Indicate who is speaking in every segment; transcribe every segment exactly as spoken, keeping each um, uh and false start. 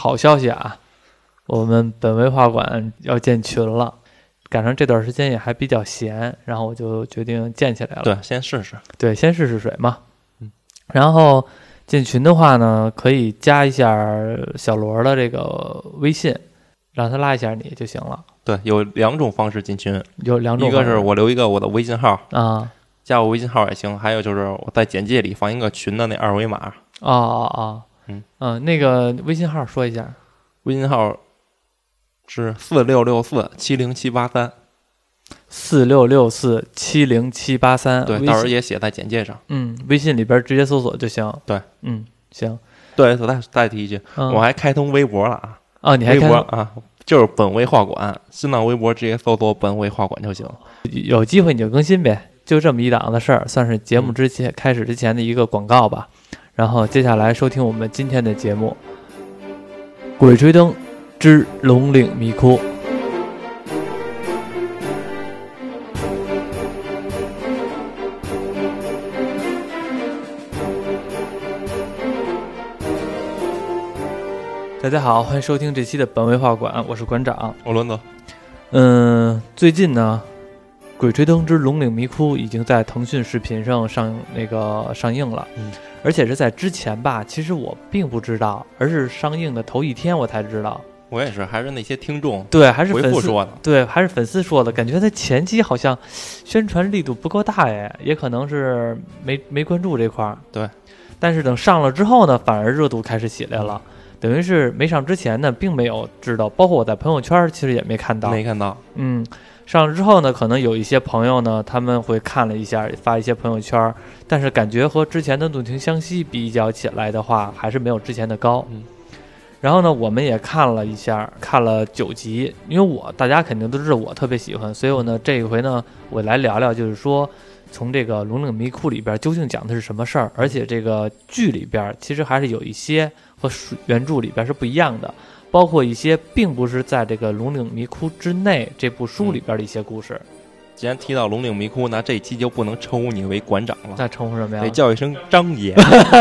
Speaker 1: 好消息啊，我们本位画馆要建群了，赶上这段时间也还比较闲，然后我就决定建起来了。
Speaker 2: 对，先试试。
Speaker 1: 对，先试试水嘛。
Speaker 2: 嗯，
Speaker 1: 然后进群的话呢，可以加一下小罗的这个微信，让他拉一下你就行了。
Speaker 2: 对，有两种方式进群，
Speaker 1: 有两种，
Speaker 2: 一个是我留一个我的微信号
Speaker 1: 啊，
Speaker 2: 加我微信号也行，还有就是我在简介里放一个群的那二维码。
Speaker 1: 哦哦哦，
Speaker 2: 嗯
Speaker 1: 嗯，那个微信号说一下。
Speaker 2: 微信号是四六六四七零七八三，
Speaker 1: 四六六四七零七八三。
Speaker 2: 对，到时候也写在简介上。
Speaker 1: 嗯，微信里边直接搜索就行。
Speaker 2: 对，
Speaker 1: 嗯，行。
Speaker 2: 对，我再再提一句，
Speaker 1: 嗯、
Speaker 2: 我还开通微博了啊。
Speaker 1: 哦，你还开
Speaker 2: 微博啊？就是本位画馆，新浪微博直接搜索本位画馆就行。
Speaker 1: 有机会你就更新呗，就这么一档的事儿，算是节目之前、嗯、开始之前的一个广告吧。然后接下来收听我们今天的节目《鬼吹灯之龙岭迷窟》。大家好，欢迎收听这期的本位画馆，我是馆长，
Speaker 2: 我轮子。
Speaker 1: 嗯，最近呢，《鬼吹灯之龙岭迷窟》已经在腾讯视频上上那个上映了，
Speaker 2: 嗯，
Speaker 1: 而且是在之前吧，其实我并不知道，而是上映的头一天我才知道。
Speaker 2: 我也是，还是那些听众
Speaker 1: 对，还是
Speaker 2: 回复说的，
Speaker 1: 对，还是粉丝说的，感觉他前期好像宣传力度不够大哎，也可能是没没关注这块儿。
Speaker 2: 对，但
Speaker 1: 是等上了之后呢，反而热度开始起来了。等于是没上之前呢，并没有知道，包括我在朋友圈其实也没看到，
Speaker 2: 没看到。
Speaker 1: 嗯，上了之后呢，可能有一些朋友呢，他们会看了一下，发一些朋友圈，但是感觉和之前的《怒晴湘西》比较起来的话，还是没有之前的高。
Speaker 2: 嗯，
Speaker 1: 然后呢，我们也看了一下，看了九集，因为我大家肯定都知道我特别喜欢，所以我呢这一回呢，我来聊聊，就是说从这个龙岭迷窟里边究竟讲的是什么事儿，而且这个剧里边其实还是有一些和原著里边是不一样的，包括一些并不是在这个龙岭迷窟之内这部书里边的一些故事。嗯、
Speaker 2: 既然提到龙岭迷窟，那这一期就不能称呼你为馆长了，
Speaker 1: 那称呼什么呀？
Speaker 2: 得叫一声张爷。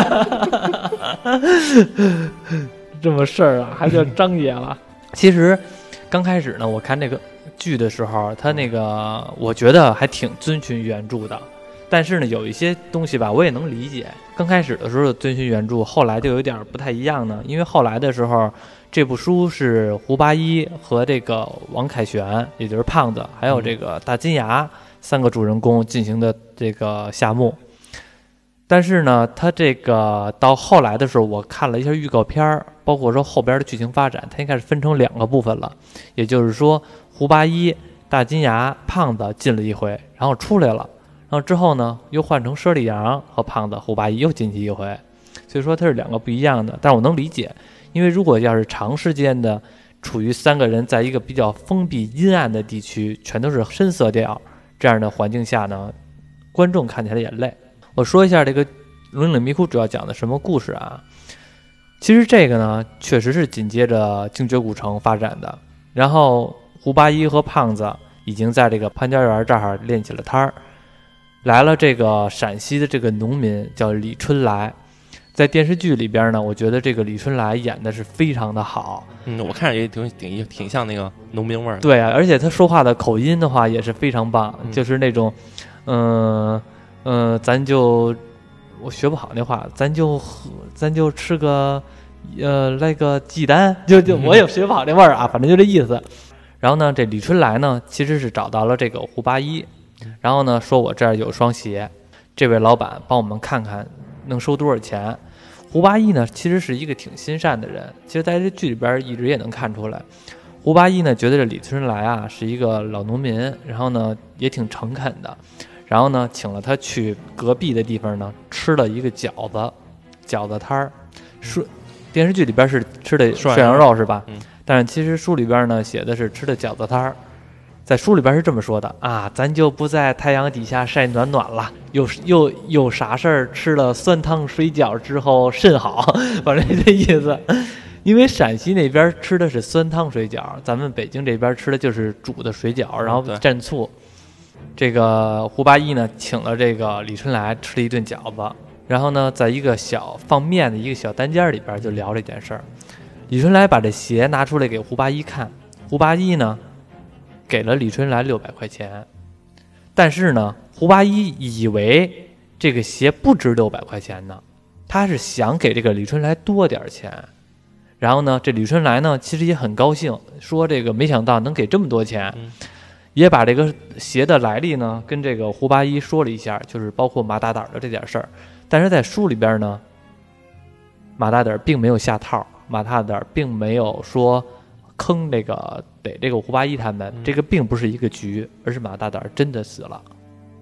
Speaker 1: 这么事儿啊，还叫张爷了？其实刚开始呢，我看这个剧的时候，他那个我觉得还挺遵循原著的。但是呢，有一些东西吧，我也能理解。刚开始的时候遵循原著，后来就有点不太一样呢。因为后来的时候，这部书是胡八一和这个王凯旋，也就是胖子，还有这个大金牙三个主人公进行的这个下目。但是呢，他这个到后来的时候，我看了一下预告片，包括说后边的剧情发展，它应该是分成两个部分了。也就是说，胡八一、大金牙、胖子进了一回，然后出来了。然后之后呢，又换成佘丽阳和胖子胡八一又进去一回，所以说它是两个不一样的。但是我能理解，因为如果要是长时间的处于三个人在一个比较封闭阴暗的地区，全都是深色调这样的环境下呢，观众看起来也累。我说一下这个龙岭迷窟主要讲的什么故事啊？其实这个呢，确实是紧接着精绝古城发展的。然后胡八一和胖子已经在这个潘家园这儿练起了摊儿。来了这个陕西的这个农民叫李春来，在电视剧里边呢，我觉得这个李春来演的是非常的好。
Speaker 2: 嗯，我看着也挺挺挺像那个农民味儿。
Speaker 1: 对啊，而且他说话的口音的话也是非常棒，
Speaker 2: 嗯、
Speaker 1: 就是那种，嗯、呃、嗯、呃，咱就我学不好那话，咱就喝，咱就吃个呃来个鸡蛋，就就我也学不好这味儿啊，反正就这意思。然后呢，这李春来呢，其实是找到了这个胡八一。然后呢，说我这儿有双鞋，这位老板帮我们看看能收多少钱。胡八一呢，其实是一个挺心善的人，其实在这剧里边一直也能看出来。胡八一呢，觉得这李春来啊是一个老农民，然后呢也挺诚恳的，然后呢请了他去隔壁的地方呢吃了一个饺子，饺子摊儿。说电视剧里边是吃的涮羊肉是吧？嗯。但是其实书里边呢写的是吃的饺子摊儿。在书里边是这么说的啊，咱就不在太阳底下晒暖暖了，有又有啥事儿吃了酸汤水饺之后甚好，反正这意思。因为陕西那边吃的是酸汤水饺，咱们北京这边吃的就是煮的水饺，然后蘸醋。这个胡八一呢，请了这个李春来吃了一顿饺子，然后呢，在一个小放面的一个小单间里边就聊这件事儿。 李春来把这鞋拿出来给胡八一看，胡八一呢给了李春来六百块钱，但是呢胡八一以为这个鞋不值六百块钱呢，他是想给这个李春来多点钱。然后呢这李春来呢其实也很高兴，说这个没想到能给这么多钱，
Speaker 2: 嗯
Speaker 1: 也把这个鞋的来历呢跟这个胡八一说了一下，就是包括马大胆的这点事儿。但是在书里边呢，马大胆并没有下套，马大胆并没有说坑这个逮这个胡八一他们，这个并不是一个局，而是马大胆真的死了，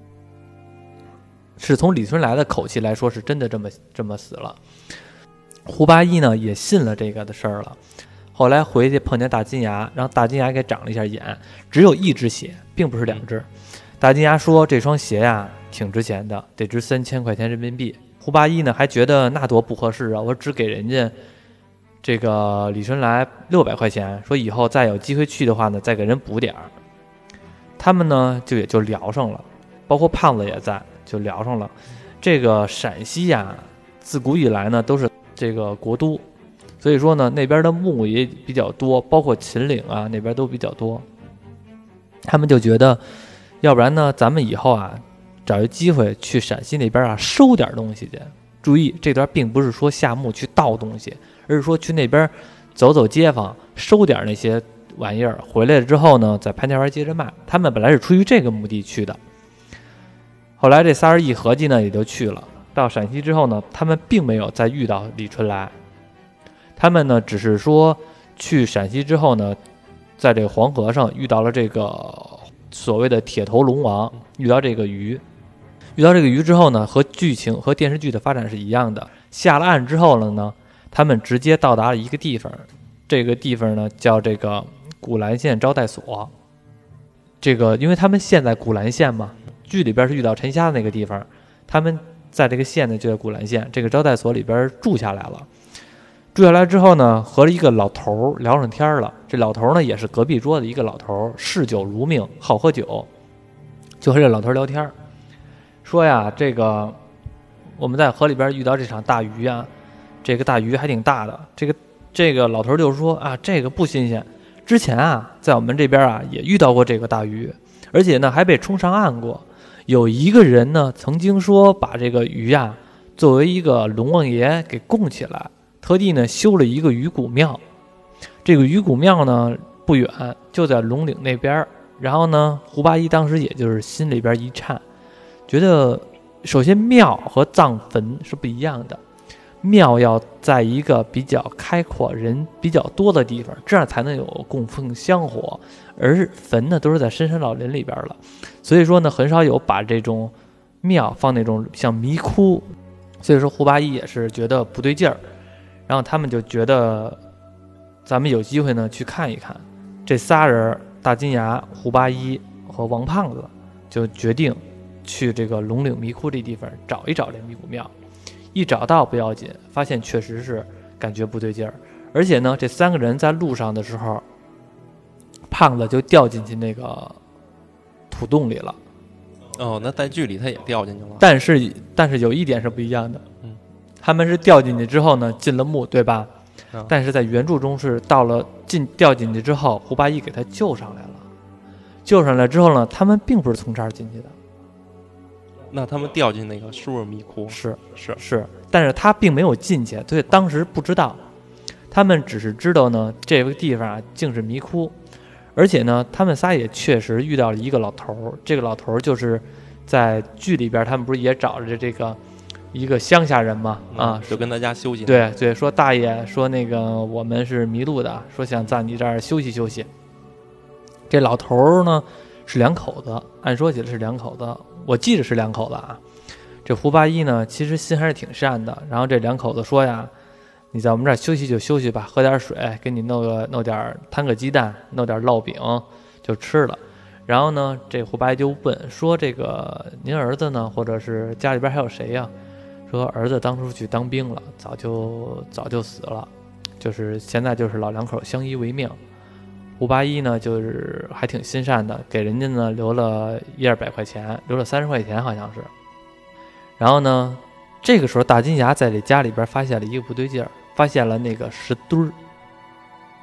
Speaker 1: 是从李春来的口气来说是真的这么这么死了。胡八一呢也信了这个的事儿了，后来回去碰见大金牙，让大金牙给长了一下眼，只有一只鞋，并不是两只。大金牙说这双鞋呀挺值钱的，得值三千块钱人民币。胡八一呢还觉得那多不合适啊，我只给人家这个李春来六百块钱，说以后再有机会去的话呢再给人补点儿。他们呢就也就聊上了，包括胖子也在，就聊上了。这个陕西呀自古以来呢都是这个国都，所以说呢那边的墓也比较多，包括秦岭啊那边都比较多。他们就觉得要不然呢咱们以后啊找一机会去陕西那边啊收点东西去。注意这段并不是说下墓去盗东西，而是说去那边走走街坊收点那些玩意儿，回来了之后呢在潘家园接着卖。他们本来是出于这个目的去的，后来这仨人一合计呢也就去了。到陕西之后呢他们并没有再遇到李春来，他们呢只是说去陕西之后呢在这个黄河上遇到了这个所谓的铁头龙王，遇到这个鱼，遇到这个鱼之后呢和剧情和电视剧的发展是一样的。下了岸之后了呢他们直接到达了一个地方，这个地方呢叫这个古兰县招待所。这个因为他们现在古兰县嘛，剧里边是遇到沉虾的那个地方，他们在这个县呢就在古兰县这个招待所里边住下来了。住下来之后呢和一个老头聊上天了，这老头呢也是隔壁桌的一个老头，嗜酒如命，好喝酒，就和这老头聊天，说呀这个我们在河里边遇到这场大鱼啊，这个大鱼还挺大的。这个这个老头就说啊这个不新鲜，之前啊在我们这边啊也遇到过这个大鱼，而且呢还被冲上岸过。有一个人呢曾经说把这个鱼啊作为一个龙王爷给供起来，特地呢修了一个鱼骨庙。这个鱼骨庙呢不远，就在龙岭那边。然后呢胡八一当时也就是心里边一颤，觉得首先庙和葬坟是不一样的，庙要在一个比较开阔人比较多的地方，这样才能有供奉香火，而坟呢都是在深山老林里边了，所以说呢很少有把这种庙放那种像迷窟。所以说胡八一也是觉得不对劲儿，然后他们就觉得咱们有机会呢去看一看。这仨人大金牙、胡八一和王胖子就决定去这个龙岭迷窟这地方找一找这迷骨庙。一找到不要紧，发现确实是感觉不对劲儿，而且呢这三个人在路上的时候，胖子就掉进去那个土洞里了。
Speaker 2: 哦，那在剧里他也掉进去了。
Speaker 1: 但是但是有一点是不一样的，
Speaker 2: 嗯，
Speaker 1: 他们是掉进去之后呢进了墓，对吧？
Speaker 2: 哦、
Speaker 1: 但是在原著中是到了进掉进去之后，胡八一给他救上来了。救上来之后呢，他们并不是从这儿进去的。
Speaker 2: 那他们掉进那个是不是迷窟？
Speaker 1: 是
Speaker 2: 是
Speaker 1: 是，但是他并没有进去，所以当时不知道。他们只是知道呢这个地方啊竟是迷窟，而且呢他们仨也确实遇到了一个老头。这个老头就是在剧里边他们不是也找着这个一个乡下人嘛，啊，
Speaker 2: 就跟他家休息。
Speaker 1: 对对，说大爷说那个我们是迷路的，说想在你这儿休息休息。这老头呢是两口子，按说起来是两口子，我记得是两口子啊。这胡八一呢其实心还是挺善的，然后这两口子说呀，你在我们这儿休息就休息吧，喝点水，给你弄个弄点摊个鸡蛋，弄点烙饼就吃了。然后呢这胡八一就问说，这个您儿子呢，或者是家里边还有谁呀？说儿子当初去当兵了，早就早就死了，就是现在就是老两口相依为命。胡八一呢就是还挺心善的，给人家呢留了一二百块钱，留了三十块钱好像是。然后呢这个时候大金牙在这家里边发现了一个不对劲儿，发现了那个石墩儿。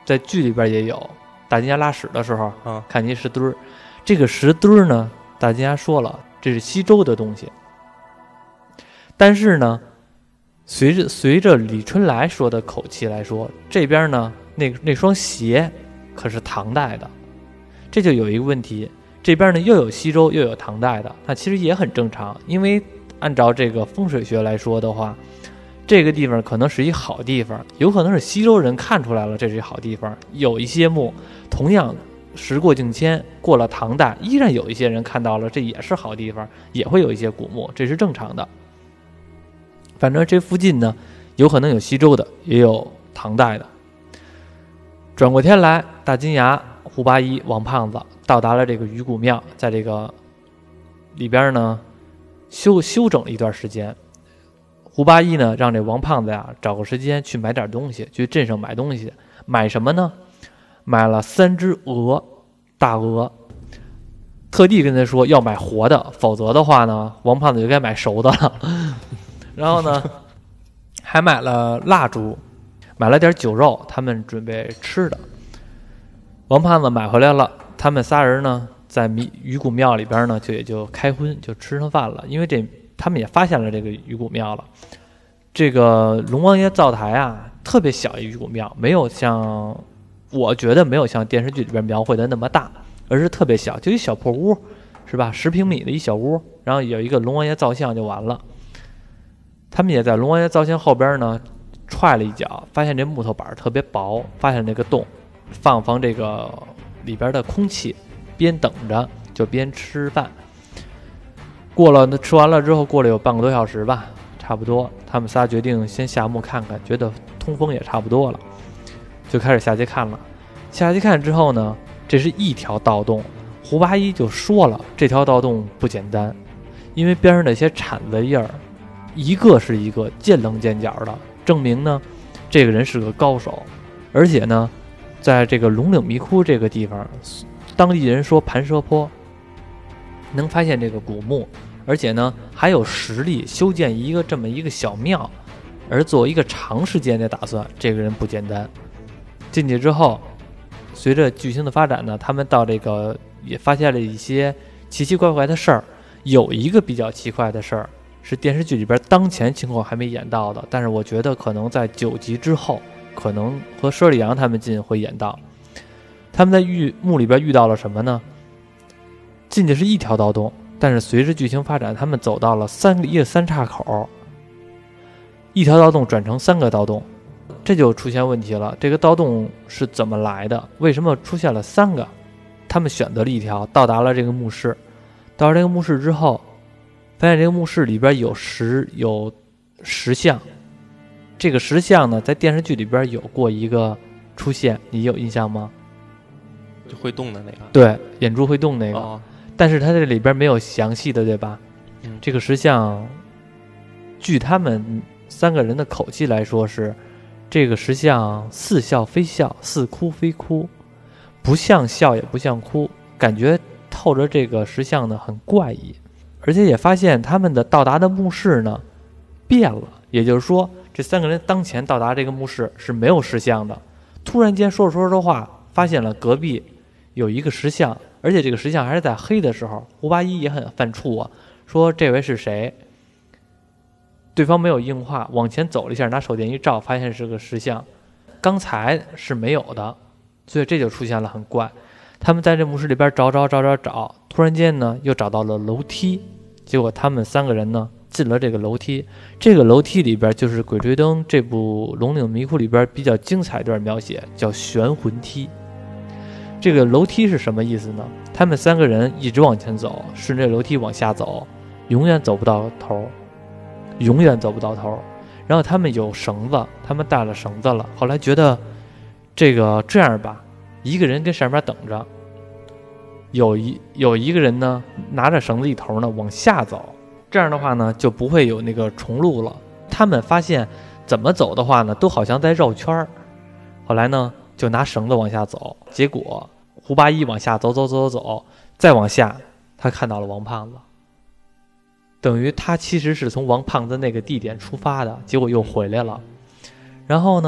Speaker 1: 在剧里边也有，大金牙拉屎的时候，
Speaker 2: 啊，
Speaker 1: 看见一石墩儿，这个石墩儿呢，大金牙说了，这是西周的东西。但是呢，随着随着李春来说的口气来说，这边呢，那那双鞋可是唐代的，这就有一个问题，这边呢又有西周又有唐代的，那其实也很正常，因为按照这个风水学来说的话，这个地方可能是一好地方，有可能是西周人看出来了这是一好地方，有一些墓同样时过境迁，过了唐代，依然有一些人看到了这也是好地方，也会有一些古墓，这是正常的。反正这附近呢，有可能有西周的，也有唐代的。转过天来，大金牙、胡八一、王胖子到达了这个鱼骨庙，在这个里边呢休休整了一段时间。胡八一呢，让这王胖子呀找个时间去买点东西，去镇上买东西。买什么呢？买了三只鹅，大鹅。特地跟他说要买活的，否则的话呢，王胖子就该买熟的了。然后呢，还买了蜡烛，买了点酒肉，他们准备吃的。王胖子买回来了，他们仨人呢，在鱼骨庙里边呢，就也就开荤，就吃上饭了。因为这他们也发现了这个鱼骨庙了。这个龙王爷灶台啊，特别小一鱼骨庙，没有像我觉得没有像电视剧里边描绘的那么大，而是特别小，就一小破屋，是吧？十平米的一小屋，然后有一个龙王爷造像就完了。他们也在龙王爷造像后边呢踹了一脚，发现这木头板特别薄，发现那个洞，放放这个里边的空气，边等着就边吃饭。过了吃完了之后，过了有半个多小时吧，差不多，他们仨决定先下墓看看，觉得通风也差不多了，就开始下去看了。下去看之后呢，这是一条盗洞，胡八一就说了，这条盗洞不简单，因为边上那些铲子印儿，一个是一个见棱见角的，证明呢，这个人是个高手。而且呢，在这个龙岭迷窟这个地方，当地人说盘蛇坡能发现这个古墓，而且呢还有实力修建一个这么一个小庙，而做一个长时间的打算，这个人不简单。进去之后，随着剧情的发展呢，他们到这个也发现了一些奇奇怪怪的事儿。有一个比较奇怪的事儿，是电视剧里边当前情况还没演到的，但是我觉得可能在九集之后，可能和佘丽阳他们进会演到。他们在遇墓里边遇到了什么呢？进去是一条盗洞，但是随着剧情发展，他们走到了三个一个三岔口，一条盗洞转成三个盗洞，这就出现问题了。这个盗洞是怎么来的？为什么出现了三个？他们选择了一条，到达了这个墓室。到了这个墓室之后，发现这个墓室里边有石有石像。这个石像呢，在电视剧里边有过一个出现，你有印象吗？
Speaker 2: 就会动的那个。
Speaker 1: 对，眼珠会动那个。
Speaker 2: 哦，
Speaker 1: 但是它这里边没有详细的，对吧？
Speaker 2: 嗯，
Speaker 1: 这个石像，据他们三个人的口气来说是，这个石像似笑非笑，似哭非哭，不像笑也不像哭，感觉透着这个石像呢很怪异。而且也发现他们的到达的墓室呢变了，也就是说这三个人当前到达这个墓室是没有石像的，突然间说着说着话，发现了隔壁有一个石像，而且这个石像还是在黑的时候。胡八一也很犯怵啊，说这位是谁？对方没有应话，往前走了一下，拿手电一照，发现是个石像，刚才是没有的，所以这就出现了很怪。他们在这墓室里边找找找找找，突然间呢又找到了楼梯，结果他们三个人呢进了这个楼梯，这个楼梯里边就是《鬼吹灯》这部《龙岭迷窟》里边比较精彩一段描写，叫悬魂梯。这个楼梯是什么意思呢？他们三个人一直往前走，顺着楼梯往下走，永远走不到头，永远走不到头。然后他们有绳子，他们带了绳子了，后来觉得这个这样吧，一个人跟上面等着，有一有一个人呢拿着绳子一头呢往下走，这样的话呢就不会有那个重路了。他们发现怎么走的话呢都好像在绕圈儿，后来呢就拿绳子往下走，结果胡八一往下走走走走走，再往下他看到了王胖子，等于他其实是从王胖子那个地点出发的，结果又回来了。然后呢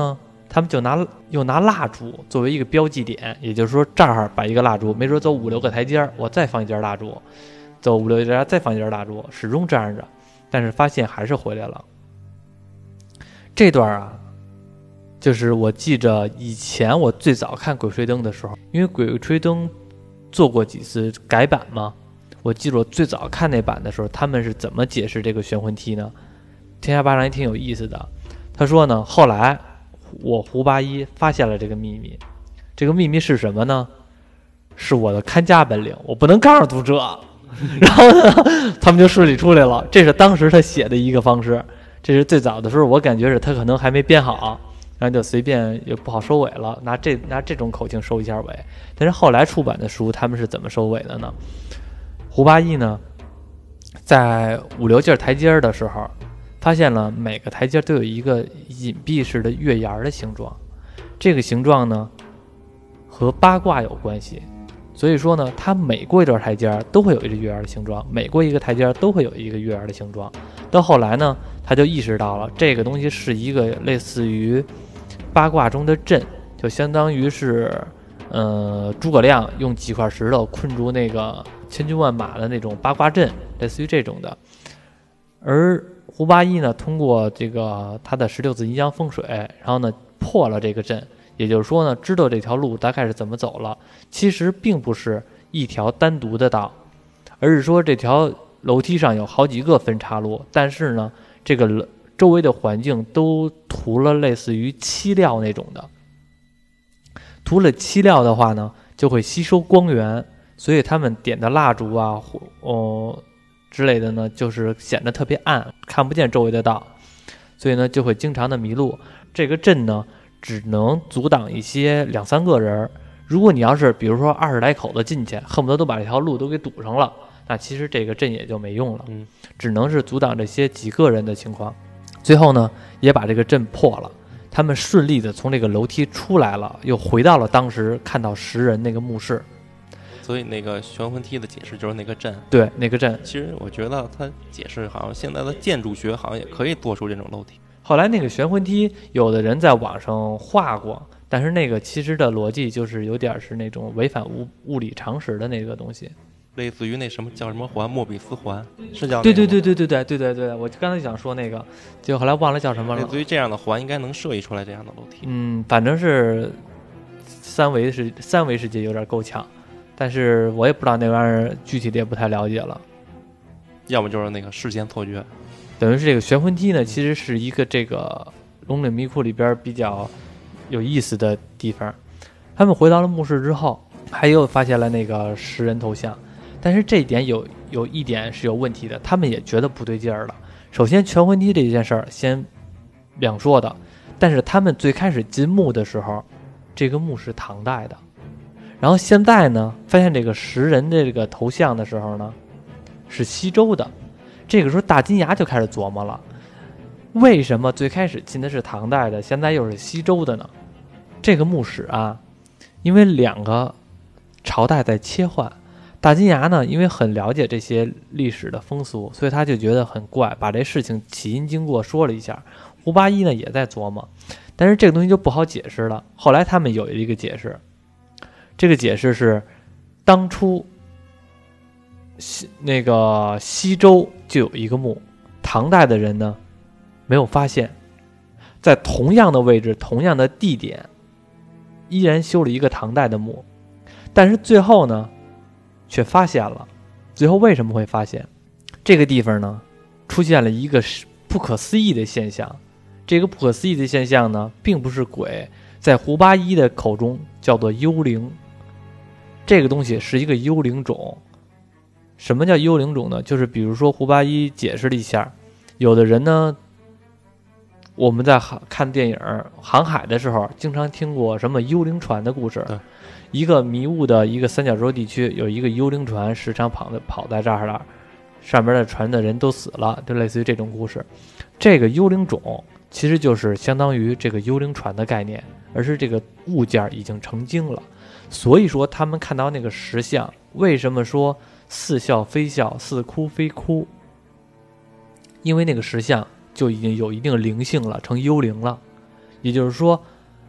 Speaker 1: 他们就拿又拿蜡烛作为一个标记点，也就是说这儿把一个蜡烛，没准走五六个台阶，我再放一件蜡烛，走五六个台阶再放一件蜡烛，始终这样着，但是发现还是回来了。这段啊，就是我记着以前我最早看《鬼吹灯》的时候，因为《鬼吹灯》做过几次改版嘛，我记住我最早看那版的时候，他们是怎么解释这个玄魂梯呢？天下巴掌也挺有意思的。他说呢，后来我胡八一发现了这个秘密，这个秘密是什么呢？是我的看家本领，我不能告诉读者。然后呢，他们就顺利出来了。这是当时他写的一个方式，这是最早的时候，我感觉是他可能还没编好，然后就随便也不好收尾了，拿这拿这种口径收一下尾。但是后来出版的书，他们是怎么收尾的呢？胡八一呢，在五六阶台阶的时候，发现了每个台阶都有一个隐蔽式的月牙的形状，这个形状呢和八卦有关系，所以说呢，它每过一段台阶都会有一个月牙的形状，每过一个台阶都会有一个月牙的形状。到后来呢，他就意识到了这个东西是一个类似于八卦中的阵，就相当于是呃诸葛亮用几块石头困住那个千军万马的那种八卦阵，类似于这种的。而胡八一呢，通过这个他的十六字阴阳风水，然后呢破了这个阵，也就是说呢，知道这条路大概是怎么走了。其实并不是一条单独的道，而是说这条楼梯上有好几个分岔路，但是呢，这个周围的环境都涂了类似于漆料那种的。涂了漆料的话呢，就会吸收光源，所以他们点的蜡烛啊，哦。之类的呢，就是显得特别暗，看不见周围的道，所以呢就会经常的迷路。这个阵呢只能阻挡一些两三个人，如果你要是比如说二十来口子进去，恨不得都把这条路都给堵上了，那其实这个阵也就没用了，
Speaker 2: 嗯，
Speaker 1: 只能是阻挡这些几个人的情况。最后呢也把这个阵破了，他们顺利的从这个楼梯出来了，又回到了当时看到十人那个墓室。
Speaker 2: 所以那个玄魂梯的解释就是那个阵，
Speaker 1: 对，那个阵。
Speaker 2: 其实我觉得它解释好像现在的建筑学好像也可以做出这种楼梯。
Speaker 1: 后来那个玄魂梯，有的人在网上画过，但是那个其实的逻辑就是有点是那种违反物物理常识的那个东西，
Speaker 2: 类似于那什么叫什么环，莫比斯环，是叫那个吗？
Speaker 1: 对对对对对对对对对，我刚才想说那个，结果后来忘了叫什么了。
Speaker 2: 类似于这样的环应该能设计出来这样的楼梯。
Speaker 1: 嗯，反正是三维世三维世界有点够呛。但是我也不知道那玩意儿具体的也不太了解了，
Speaker 2: 要么就是那个视线错觉。
Speaker 1: 等于是这个玄魂梯呢，其实是一个这个龙岭迷窟里边比较有意思的地方。他们回到了墓室之后，还又发现了那个十人头像，但是这一点有有一点是有问题的，他们也觉得不对劲儿了。首先，玄魂梯这件事儿先两说的，但是他们最开始进墓的时候，这个墓是唐代的。然后现在呢，发现这个十人的这个头像的时候呢，是西周的。这个时候大金牙就开始琢磨了，为什么最开始进的是唐代的，现在又是西周的呢？这个墓室啊，因为两个朝代在切换，大金牙呢，因为很了解这些历史的风俗，所以他就觉得很怪，把这事情起因经过说了一下。胡八一呢也在琢磨，但是这个东西就不好解释了。后来他们有一个解释。这个解释是，当初西那个西周就有一个墓，唐代的人呢没有发现，在同样的位置、同样的地点，依然修了一个唐代的墓，但是最后呢却发现了。最后为什么会发现？这个地方呢出现了一个不可思议的现象。这个不可思议的现象呢，并不是鬼，在胡八一的口中叫做幽灵。这个东西是一个幽灵种。什么叫幽灵种呢？就是比如说胡八一解释了一下，有的人呢，我们在看电影航海的时候经常听过什么幽灵船的故事。一个迷雾的一个三角洲地区有一个幽灵船时常跑的跑在这儿了，上面的船的人都死了，就类似于这种故事。这个幽灵种其实就是相当于这个幽灵船的概念，而是这个物件已经成精了。所以说他们看到那个石像，为什么说似笑非笑，似哭非哭？因为那个石像就已经有一定灵性了，成幽灵了。也就是说，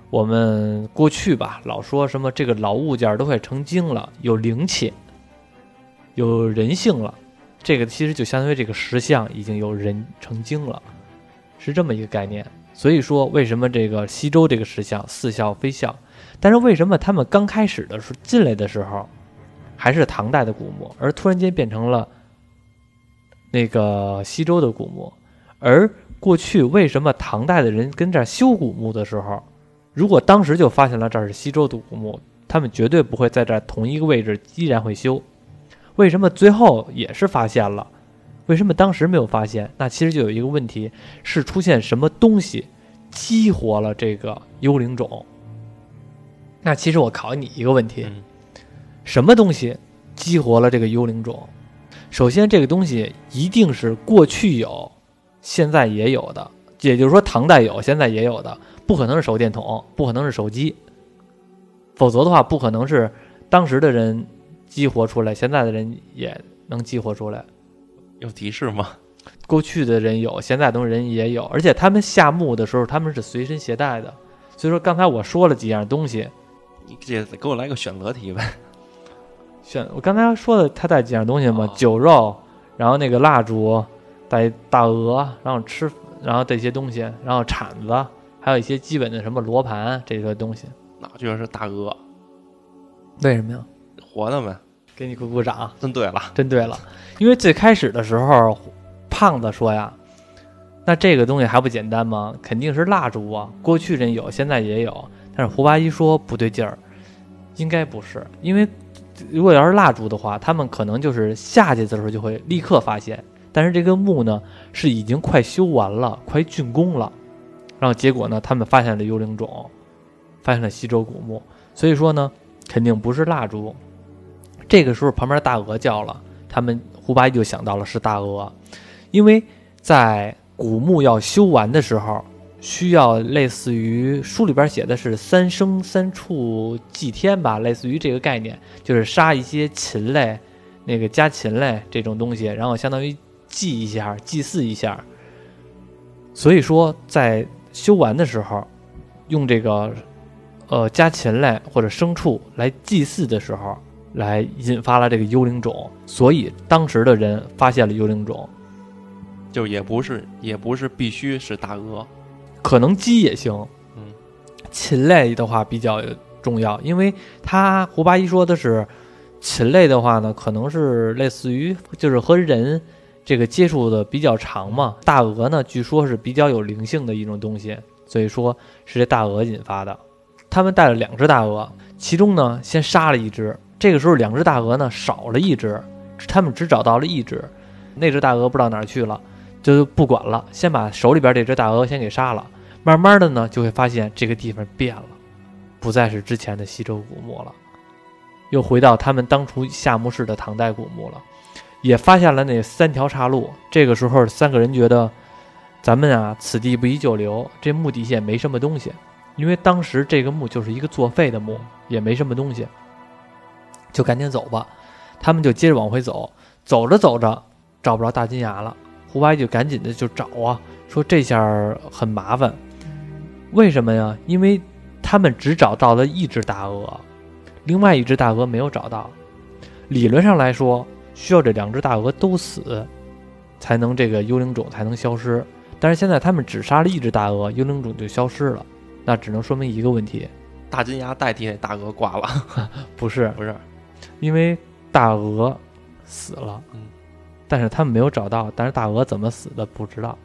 Speaker 1: 我们过去吧，老说什么这个老物件都快成精了，有灵气，有人性了，这个其实就相当于这个石像已经有人成精了，是这么一个概念。所以说，为什么这个西周这个石像似笑非笑？但是为什么他们刚开始的时候进来的时候，还是唐代的古墓，而突然间变成了那个西周的古墓？而过去为什么唐代的人跟这儿修古墓的时候，如果当时就发现了这儿是西周的古墓，他们绝对不会在这儿同一个位置依然会修。为什么最后也是发现了？为什么当时没有发现？那其实就有一个问题，是出现什么东西激活了这个幽灵种。那其实我考你一个问题，
Speaker 2: 嗯，
Speaker 1: 什么东西激活了这个幽灵种？首先这个东西一定是过去有现在也有的，也就是说唐代有现在也有的，不可能是手电筒，不可能是手机，否则的话不可能是当时的人激活出来，现在的人也能激活出来。
Speaker 2: 有提示吗？
Speaker 1: 过去的人有，现在的人也有，而且他们下墓的时候他们是随身携带的。所以说刚才我说了几样东西，
Speaker 2: 你这给我来个选择题呗。
Speaker 1: 选我刚才说的他带几样东西嘛，
Speaker 2: 哦、
Speaker 1: 酒肉，然后那个蜡烛，带大鹅，然后吃，然后这些东西，然后铲子，还有一些基本的什么罗盘这个东西。
Speaker 2: 那我觉得是大鹅。
Speaker 1: 为什么呀？
Speaker 2: 活的呗。
Speaker 1: 给你鼓鼓掌，
Speaker 2: 真对了，
Speaker 1: 真对了。因为最开始的时候，胖子说呀，那这个东西还不简单吗？肯定是蜡烛啊，过去人有，现在也有。但是胡八一说不对劲儿，应该不是，因为如果要是蜡烛的话，他们可能就是下去的时候就会立刻发现。但是这个墓呢，是已经快修完了，快竣工了，然后结果呢，他们发现了幽灵种，发现了西周古墓，所以说呢，肯定不是蜡烛。这个时候旁边大鹅叫了，他们胡八一就想到了是大鹅，因为在古墓要修完的时候，需要类似于书里边写的是三生三处祭天吧，类似于这个概念，就是杀一些禽类，那个家禽类这种东西，然后相当于祭一下，祭祀一下。所以说在修完的时候，用这个呃家禽类或者牲畜来祭祀的时候，来引发了这个幽灵种，所以当时的人发现了幽灵种，
Speaker 2: 就也不是也不是必须是大鹅，
Speaker 1: 可能鸡也行。
Speaker 2: 嗯，
Speaker 1: 禽类的话比较重要，因为他胡八一说的是禽类的话呢，可能是类似于就是和人这个接触的比较长嘛。大鹅呢，据说是比较有灵性的一种东西，所以说是这大鹅引发的。他们带了两只大鹅，其中呢先杀了一只。这个时候两只大鹅呢少了一只，他们只找到了一只，那只大鹅不知道哪儿去了，就不管了，先把手里边这只大鹅先给杀了。慢慢的呢就会发现这个地方变了，不再是之前的西周古墓了，又回到他们当初下墓室的唐代古墓了，也发现了那三条岔路。这个时候三个人觉得咱们啊此地不宜久留，这墓底下也没什么东西，因为当时这个墓就是一个作废的墓，也没什么东西，就赶紧走吧。他们就接着往回走，走着走着找不着大金牙了，胡八一就赶紧的就找啊，说这下很麻烦。为什么呀？因为他们只找到了一只大鹅，另外一只大鹅没有找到。理论上来说，需要这两只大鹅都死，才能这个幽灵种才能消失。但是现在他们只杀了一只大鹅，幽灵种就消失了，那只能说明一个问题：
Speaker 2: 大金牙代替那大鹅挂了。
Speaker 1: 不是，
Speaker 2: 不是，
Speaker 1: 因为大鹅死了，
Speaker 2: 嗯，
Speaker 1: 但是他们没有找到，但是大鹅怎么死的不知道。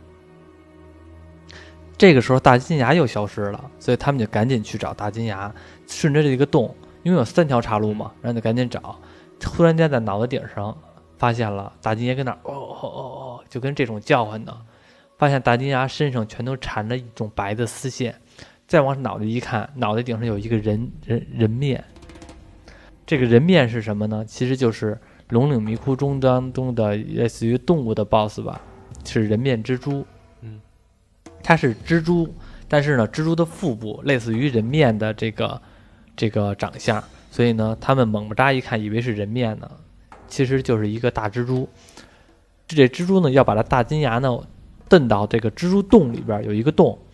Speaker 1: 这个时候大金牙又消失了，所以他们就赶紧去找大金牙，顺着这个洞，因为有三条岔路嘛，然后就赶紧找。突然间在脑袋顶上发现了大金牙跟那儿哦哦哦哦，就跟这种叫唤呢。发现大金牙身上全都缠着一种白的丝线，再往脑袋一看，脑袋顶上有一个人人人面。这个人面是什么呢？其实就是龙岭迷窟中当中的类似于动物的 boss 吧，是人面蜘蛛。
Speaker 2: 嗯，
Speaker 1: 它是蜘蛛，但是呢，蜘蛛的腹部类似于人面的这个这个长相，所以呢，他们猛不扎一看，以为是人面呢，其实就是一个大蜘蛛。这蜘蛛呢，要把它大金牙呢蹬到这个蜘蛛洞里边，有一个洞，然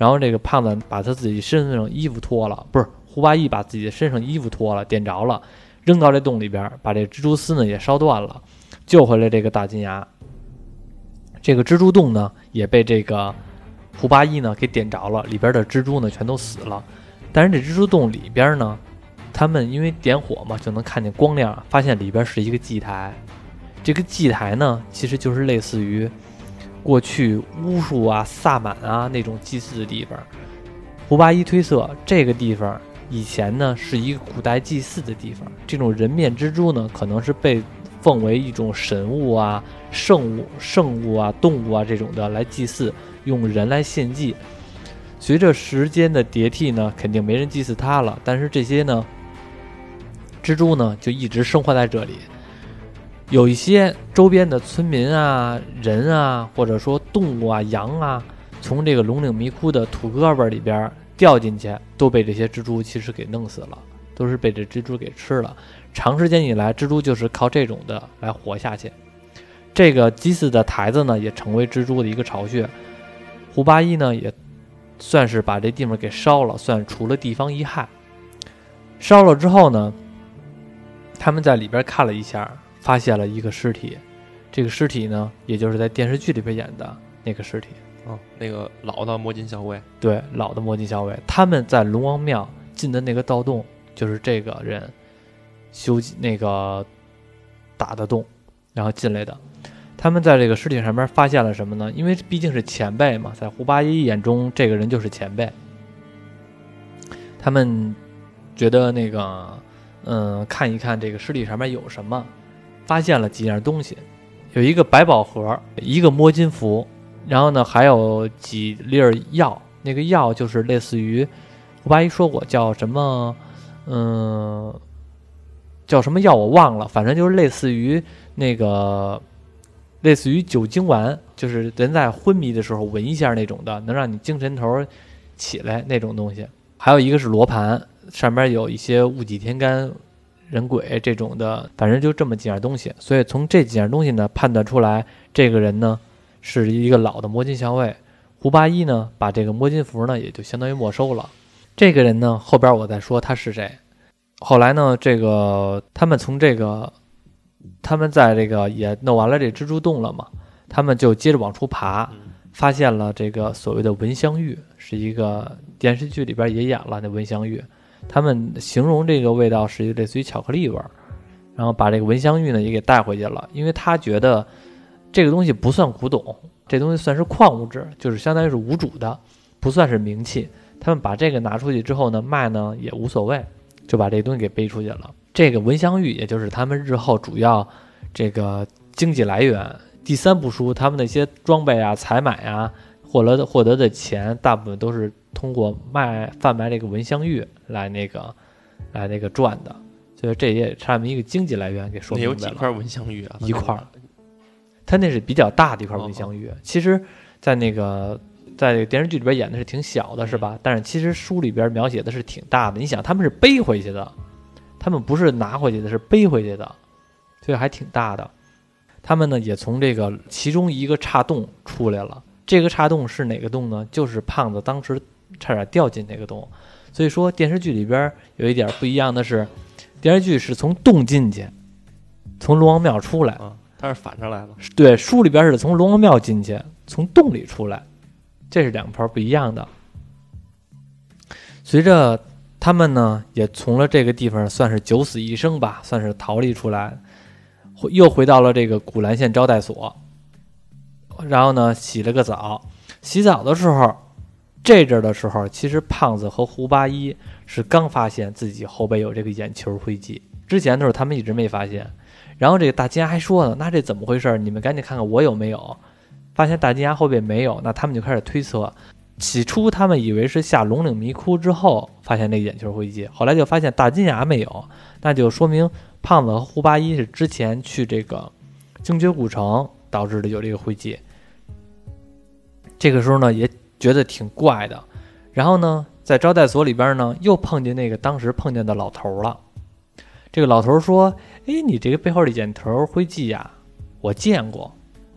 Speaker 1: 然后这个胖子把他自己身上衣服脱了，不是胡八一把自己的身上衣服脱了，点着了，扔到这洞里边，把这蜘蛛丝呢也烧断了，救回来这个大金牙。这个蜘蛛洞呢也被这个胡八一呢给点着了，里边的蜘蛛呢全都死了。但是这蜘蛛洞里边呢，他们因为点火嘛，就能看见光亮，发现里边是一个祭台。这个祭台呢，其实就是类似于过去巫术啊、萨满啊那种祭祀的地方。胡八一推测，这个地方以前呢是一个古代祭祀的地方。这种人面蜘蛛呢，可能是被奉为一种神物啊、圣物、圣物啊、动物啊这种的来祭祀，用人来献祭。随着时间的迭替呢，肯定没人祭祀它了，但是这些呢蜘蛛呢就一直生活在这里。有一些周边的村民啊、人啊，或者说动物啊、羊啊，从这个龙岭迷窟的土胳膊里边掉进去，都被这些蜘蛛其实给弄死了，都是被这蜘蛛给吃了。长时间以来，蜘蛛就是靠这种的来活下去。这个祭祀的台子呢，也成为蜘蛛的一个巢穴。胡八一呢，也算是把这地方给烧了，算除了地方一害。烧了之后呢，他们在里边看了一下，发现了一个尸体。这个尸体呢，也就是在电视剧里边演的那个尸体。
Speaker 2: 哦，那个老的摸金校尉。
Speaker 1: 对，老的摸金校尉。他们在龙王庙进的那个盗洞，就是这个人修那个打的洞，然后进来的。他们在这个尸体上面发现了什么呢？因为毕竟是前辈嘛，在胡八一眼中，这个人就是前辈。他们觉得那个，嗯，看一看这个尸体上面有什么，发现了几样东西，有一个百宝盒，一个摸金符，然后呢还有几粒药，那个药就是类似于胡八一说过叫什么，嗯，叫什么药我忘了，反正就是类似于那个。类似于酒精丸，就是人在昏迷的时候闻一下那种的，能让你精神头起来那种东西。还有一个是罗盘，上面有一些物极天干、人鬼这种的，反正就这么几样东西。所以从这几样东西呢，判断出来这个人呢是一个老的摸金校尉。胡八一呢把这个摸金符呢也就相当于没收了。这个人呢后边我再说他是谁。后来呢，这个他们从这个。他们在这个也弄完了这蜘蛛洞了嘛，他们就接着往出爬，发现了这个所谓的蚊香玉，是一个电视剧里边也演了那蚊香玉，他们形容这个味道是类似于巧克力味儿，然后把这个蚊香玉呢也给带回去了，因为他觉得这个东西不算古董，这东西算是矿物质，就是相当于是无主的，不算是名器。他们把这个拿出去之后呢，卖呢也无所谓，就把这个东西给背出去了。这个蚊香玉也就是他们日后主要这个经济来源。第三部书他们那些装备啊、采买啊，获得的获得的钱大部分都是通过卖贩卖这个蚊香玉来那个来那个赚的，所以这也是他们一个经济来源给说明白了。
Speaker 2: 有几块蚊香玉啊？
Speaker 1: 一块，他那是比较大的一块蚊香玉。哦、其实，在那个在这个电视剧里边演的是挺小的，是吧？但是其实书里边描写的是挺大的。你想，他们是背回去的。他们不是拿回去的，是背回去的，所以还挺大的。他们呢也从这个其中一个岔洞出来了。这个岔洞是哪个洞呢？就是胖子当时差点掉进那个洞。所以说电视剧里边有一点不一样的是，电视剧是从洞进去，从龙王庙出来。
Speaker 2: 啊，他是反着来的。
Speaker 1: 对，书里边是从龙王庙进去，从洞里出来，这是两盘不一样的。随着他们呢也从了这个地方算是九死一生吧，算是逃离出来，又回到了这个古兰县招待所，然后呢洗了个澡。洗澡的时候，这阵的时候，其实胖子和胡八一是刚发现自己后背有这个眼球灰迹，之前的时候他们一直没发现。然后这个大金牙还说呢，那这怎么回事？你们赶紧看看我有没有。发现大金牙后背没有，那他们就开始推测。起初他们以为是下龙岭迷窟之后发现那个眼球灰迹，后来就发现大金牙没有，那就说明胖子和胡八一是之前去这个精绝古城导致的有这个灰迹。这个时候呢也觉得挺怪的，然后呢在招待所里边呢又碰见那个当时碰见的老头了。这个老头说：“哎，你这个背后的眼头灰迹呀，我见过。”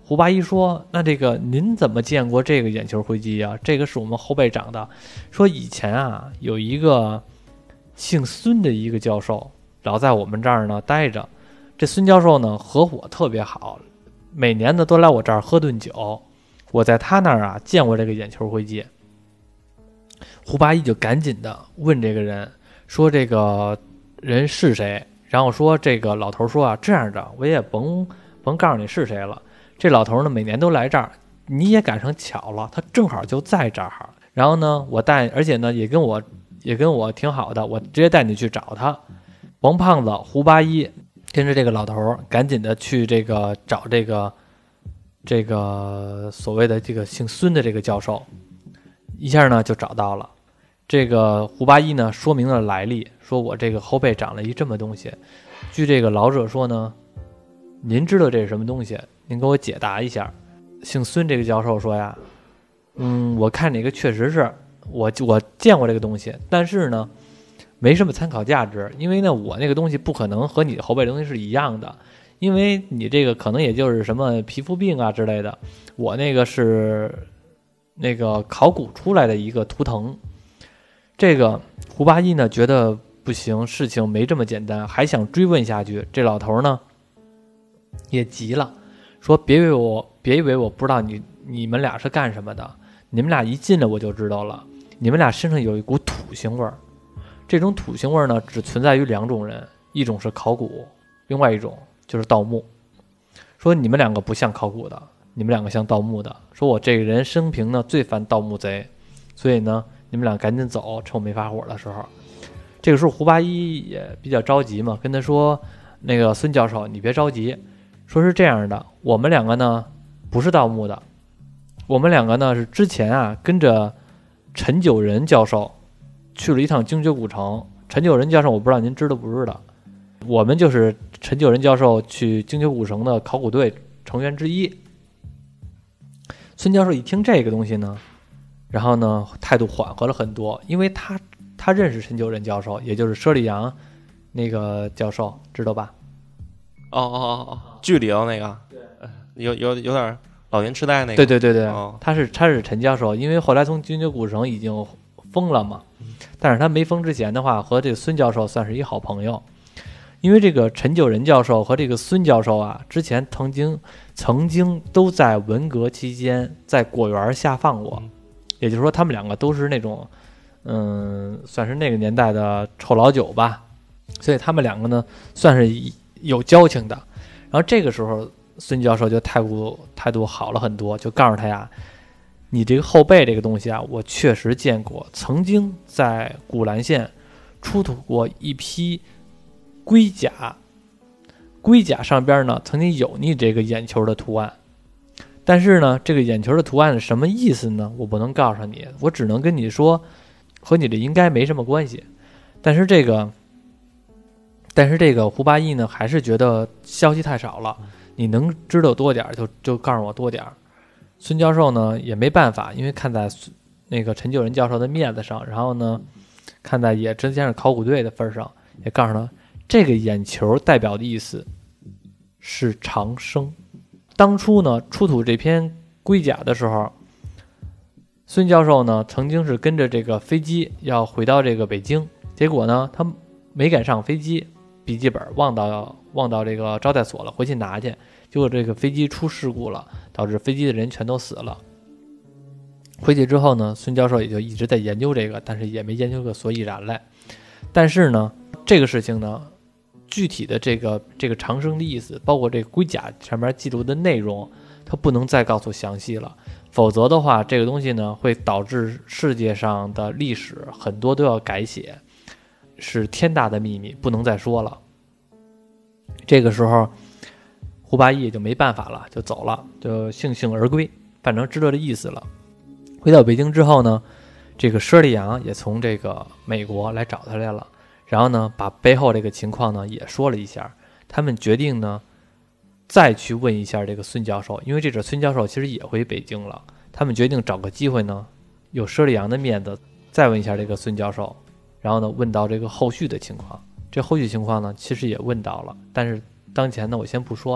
Speaker 1: 胡八一说：“那这个您怎么见过这个眼球灰鸡啊？这个是我们后背长的。说以前啊，有一个姓孙的一个教授，老在我们这儿呢待着。这孙教授呢合伙特别好，每年呢都来我这儿喝顿酒。我在他那儿啊见过这个眼球灰鸡。”胡八一就赶紧的问这个人说：“这个人是谁？”然后说这个老头说啊：“这样的，我也甭甭告诉你是谁了。这老头呢每年都来这儿，你也赶上巧了，他正好就在这儿。然后呢，我带，而且呢也跟我也跟我挺好的，我直接带你去找他。”王胖子、胡八一跟着这个老头赶紧的去这个找这个这个所谓的这个姓孙的这个教授，一下呢就找到了。这个胡八一呢说明了来历，说我这个后背长了一这么东西。据这个老者说呢，您知道这是什么东西？您给我解答一下。姓孙这个教授说呀，嗯，我看这个确实是我我见过这个东西，但是呢，没什么参考价值，因为呢，我那个东西不可能和你的后背的东西是一样的，因为你这个可能也就是什么皮肤病啊之类的，我那个是那个考古出来的一个图腾。这个胡八一呢觉得不行，事情没这么简单，还想追问下去。这老头呢也急了，说别以为我别以为我不知道你你们俩是干什么的，你们俩一进来我就知道了，你们俩身上有一股土腥味儿。这种土腥味呢只存在于两种人，一种是考古，另外一种就是盗墓。说你们两个不像考古的，你们两个像盗墓的。说我这个人生平呢最烦盗墓贼，所以呢你们俩赶紧走，趁我没发火的时候。这个时候胡八一也比较着急嘛，跟他说，那个孙教授你别着急，说是这样的，我们两个呢不是盗墓的，我们两个呢是之前啊跟着陈九仁教授去了一趟精绝古城。陈九仁教授我不知道您知道不知道，我们就是陈九仁教授去精绝古城的考古队成员之一。孙教授一听这个东西呢，然后呢态度缓和了很多，因为他他认识陈九仁教授，也就是佘利阳那个教授，知道吧？
Speaker 2: 哦哦哦哦，剧里头那个，对，有有有点老年痴呆那个。
Speaker 1: 对对对对，
Speaker 2: 哦、
Speaker 1: 他是他是陈教授，因为后来从精绝古城已经封了嘛，但是他没封之前的话，和这个孙教授算是一好朋友。因为这个陈九仁教授和这个孙教授啊，之前曾经曾经都在文革期间在果园下放过，也就是说他们两个都是那种嗯，算是那个年代的臭老九吧，所以他们两个呢算是有交情的。然后这个时候孙教授就态度态度好了很多，就告诉他呀，你这个后背这个东西啊，我确实见过，曾经在古兰县出土过一批龟甲，龟甲上边呢曾经有你这个眼球的图案，但是呢这个眼球的图案是什么意思呢？我不能告诉你，我只能跟你说和你这应该没什么关系。但是这个但是这个胡八一呢还是觉得消息太少了，你能知道多点就就告诉我多点。孙教授呢也没办法，因为看在那个陈九仁教授的面子上，然后呢看在也之前是考古队的份上，也告诉他这个眼球代表的意思是长生。当初呢出土这篇龟甲的时候，孙教授呢曾经是跟着这个飞机要回到这个北京，结果呢他没赶上飞机，笔记本忘到忘到这个招待所了，回去拿去，结果这个飞机出事故了，导致飞机的人全都死了。回去之后呢，孙教授也就一直在研究这个，但是也没研究个所以然来。但是呢这个事情呢具体的这个这个长生的意思，包括这个龟甲上面记录的内容，它不能再告诉详细了，否则的话这个东西呢会导致世界上的历史很多都要改写，是天大的秘密，不能再说了。这个时候胡八一也就没办法了，就走了，就悻悻而归，反正知道这意思了。回到北京之后呢，这个佘利阳也从这个美国来找他来了，然后呢把背后这个情况呢也说了一下。他们决定呢再去问一下这个孙教授，因为这阵孙教授其实也回北京了，他们决定找个机会呢有佘利阳的面子再问一下这个孙教授，然后呢问到这个后续的情况。这后续情况呢其实也问到了，但是当前呢我先不说了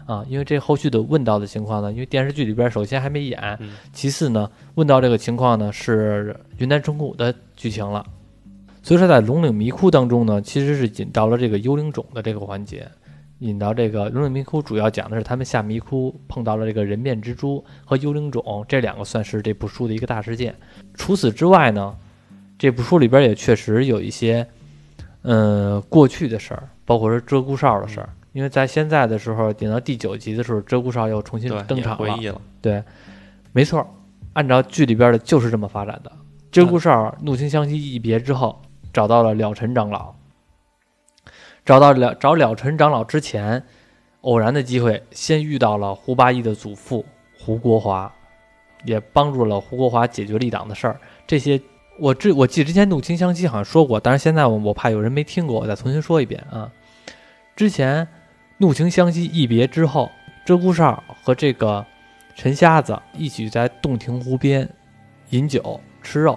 Speaker 1: 啊，因为这后续的问到的情况呢，因为电视剧里边首先还没演，
Speaker 2: 嗯、
Speaker 1: 其次呢，问到这个情况呢是云南虫谷的剧情了，所以说在龙岭迷窟当中呢，其实是引到了这个幽灵种的这个环节，引到这个龙岭迷窟主要讲的是他们下迷窟碰到了这个人面蜘蛛和幽灵种，这两个算是这部书的一个大事件。除此之外呢，这部书里边也确实有一些呃过去的事儿，包括是鹧鸪哨的事儿。因为在现在的时候，点到第九集的时候，鹧鸪哨又重新登场了。
Speaker 2: 回忆了。
Speaker 1: 对，没错，按照剧里边的就是这么发展的。鹧鸪哨怒晴湘西一别之后，找到了了尘长老。找到了找了尘长老之前，偶然的机会，先遇到了胡八一的祖父胡国华，也帮助了胡国华解决了一档的事儿。这些我之我记得之前怒晴湘西好像说过，但是现在我我怕有人没听过，我再重新说一遍啊。之前怒晴湘西一别之后，鹧鸪哨和这个陈瞎子一起在洞庭湖边饮酒吃肉。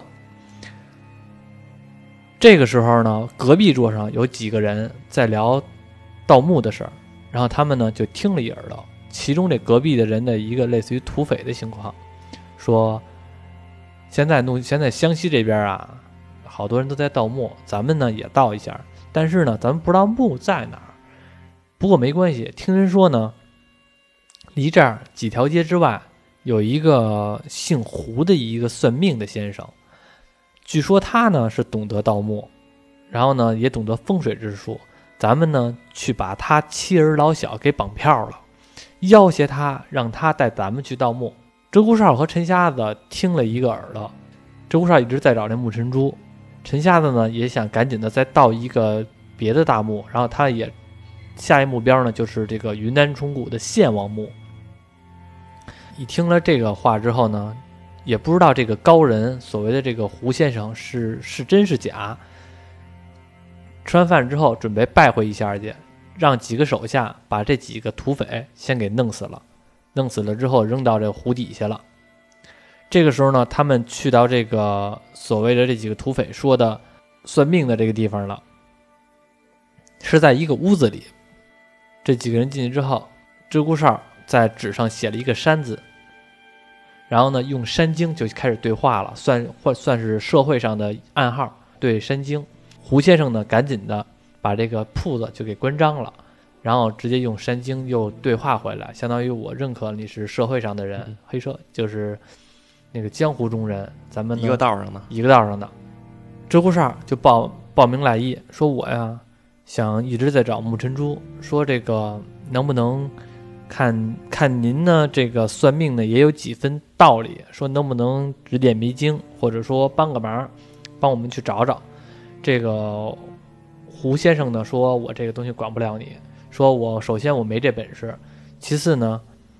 Speaker 1: 这个时候呢，隔壁桌上有几个人在聊盗墓的事儿，然后他们呢就听了一耳朵。其中这隔壁的人的一个类似于土匪的情况，说现在怒现在湘西这边啊，好多人都在盗墓，咱们呢也盗一下，但是呢咱们不知道墓在哪儿。不过没关系，听人说呢，离这儿几条街之外有一个姓胡的一个算命的先生，据说他呢是懂得盗墓，然后呢也懂得风水之术，咱们呢去把他妻儿老小给绑票了，要挟他让他带咱们去盗墓。鹧鸪哨和陈瞎子听了一个耳朵，鹧鸪哨一直在找这木尘珠，陈瞎子呢也想赶紧的再盗一个别的大墓，然后他也下一目标呢就是这个云南虫谷的献王墓。一听了这个话之后呢，也不知道这个高人所谓的这个胡先生是是真是假。吃完饭之后准备拜会一下去，让几个手下把这几个土匪先给弄死了，弄死了之后扔到这个湖底下了。这个时候呢，他们去到这个所谓的这几个土匪说的算命的这个地方了，是在一个屋子里。这几个人进去之后，鹧鸪哨在纸上写了一个山字，然后呢用山经就开始对话了，算或算是社会上的暗号，对山经。胡先生呢赶紧的把这个铺子就给关张了，然后直接用山经又对话回来，相当于我认可你是社会上的人、嗯、黑社就是那个江湖中人，咱们
Speaker 2: 一个道上的
Speaker 1: 一个道上的。鹧鸪哨就报报名来意，说我呀想一直在找木尘珠，说这个能不能看看您呢这个算命呢也有几分道理，说能不能指点迷津，或者说帮个忙，帮我们去找找。这个胡先生呢说我这个东西管不了你，说我首先我没这本事，其次呢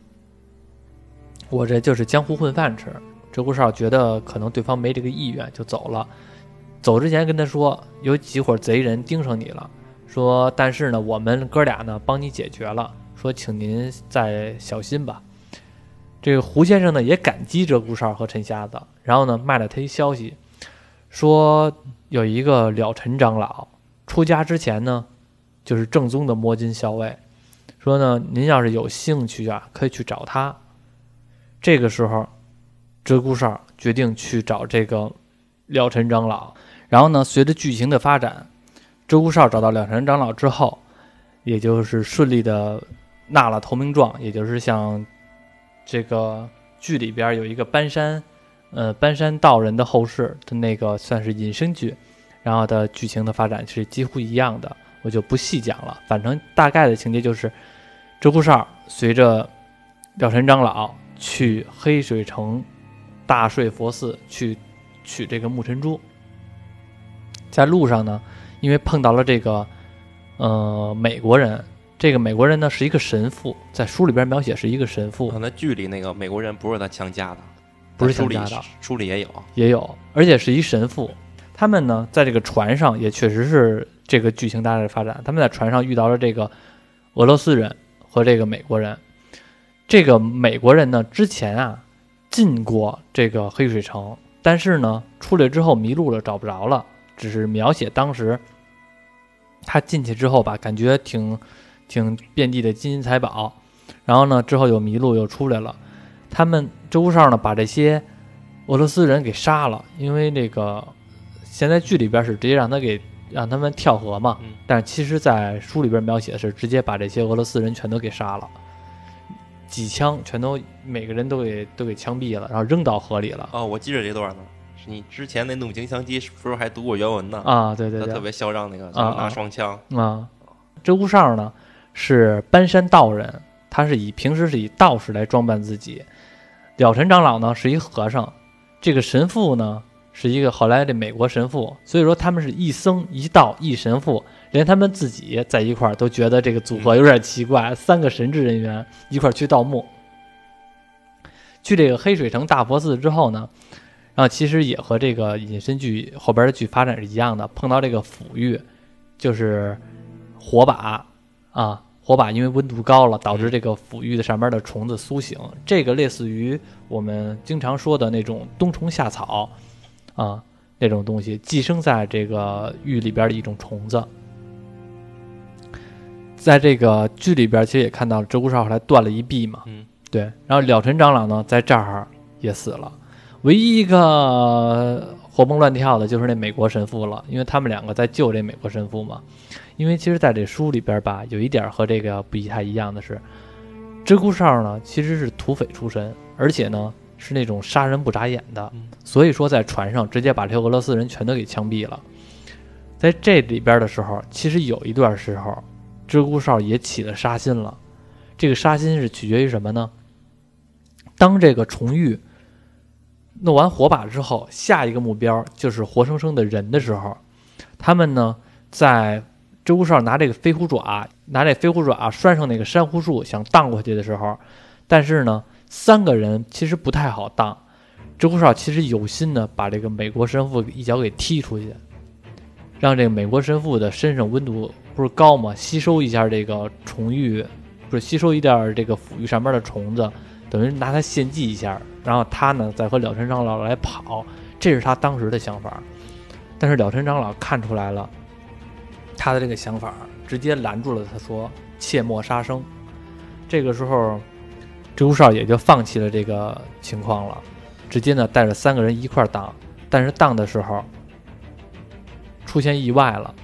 Speaker 1: 我这就是江湖混饭吃。鹧鸪哨觉得可能对方没这个意愿就走了，走之前跟他说有几伙贼人盯上你了，说但是呢我们哥俩呢帮你解决了，说请您再小心吧。这个胡先生呢也感激鹧鸪哨和陈瞎子，然后呢卖了他一消息，说有一个了尘长老出家之前呢就是正宗的摸金校尉，说呢您要是有兴趣啊可以去找他。这个时候鹧鸪哨决定去找这个了尘长老，然后呢随着剧情的发展，鹧鸪哨找到了尘长老之后，也就是顺利的纳了投名状，也就是像这个剧里边有一个搬山呃搬山道人的后事的那个算是引申剧，然后的剧情的发展是几乎一样的，我就不细讲了。反正大概的情节就是鹧鸪哨随着了尘长老去黑水城大睡佛寺去取这个木尘珠，在路上呢因为碰到了这个呃美国人，这个美国人呢是一个神父，在书里边描写是一个神父。
Speaker 2: 那剧里那个美国人不是他强加的，
Speaker 1: 不是强加的，
Speaker 2: 书里也有
Speaker 1: 也有，而且是一神父。他们呢在这个船上也确实是这个剧情大概的发展，他们在船上遇到了这个俄罗斯人和这个美国人。这个美国人呢之前啊进过这个黑水城，但是呢出来之后迷路了，找不着了，只是描写当时他进去之后吧，感觉挺挺遍地的金银财宝， 然后呢之后又迷路又出来了。他们鹧鸪哨呢把这些俄罗斯人给杀了，因为这个现在剧里边是直接让他给让他们跳河嘛，
Speaker 2: 嗯、
Speaker 1: 但是其实在书里边描写的是直接把这些俄罗斯人全都给杀了，几枪全都每个人都给都给枪毙了，然后扔到河里了。
Speaker 2: 哦，我记着这段呢，是你之前那怒鲸相机是不是还读过原文呢？
Speaker 1: 啊，对对对，
Speaker 2: 他特别嚣张那个，
Speaker 1: 啊、
Speaker 2: 拿双枪
Speaker 1: 啊。鹧鸪哨呢是搬山道人，他是以平时是以道士来装扮自己。了尘长老呢是一和尚，这个神父呢是一个后来的美国神父，所以说他们是一僧一道一神父，连他们自己在一块儿都觉得这个组合有点奇怪，嗯、三个神职人员一块儿去盗墓。去这个黑水城大佛寺之后呢，然后其实也和这个隐身剧后边的剧发展是一样的，碰到这个腐玉，就是火把啊。火把因为温度高了，导致这个腐玉的上面的虫子苏醒，这个类似于我们经常说的那种冬虫夏草啊，那种东西寄生在这个玉里边的一种虫子。在这个剧里边其实也看到了鹧鸪哨后来断了一臂嘛，
Speaker 2: 嗯，
Speaker 1: 对，然后了尘长老呢在这儿也死了，唯一一个活蹦乱跳的就是那美国神父了，因为他们两个在救这美国神父嘛。因为其实在这书里边吧，有一点和这个不太一样的是，鹧鸪哨呢其实是土匪出身，而且呢是那种杀人不眨眼的，所以说在船上直接把这些俄罗斯人全都给枪毙了。在这里边的时候，其实有一段时候鹧鸪哨也起了杀心了。这个杀心是取决于什么呢？当这个虫玉弄完火把之后，下一个目标就是活生生的人的时候，他们呢在鹧鸪哨拿这个飞虎爪，拿这飞虎爪拴上那个珊瑚树，想荡过去的时候，但是呢，三个人其实不太好荡。鹧鸪哨其实有心的把这个美国神父一脚给踢出去，让这个美国神父的身上温度不是高吗？吸收一下这个虫玉，不是吸收一点这个腐玉上面的虫子，等于拿它献祭一下，然后他呢再和了尘长老来跑，这是他当时的想法。但是了尘长老看出来了他的这个想法，直接拦住了他，说切莫杀生。这个时候鹧鸪哨也就放弃了这个情况了，直接呢带着三个人一块荡。但是荡的时候出现意外了，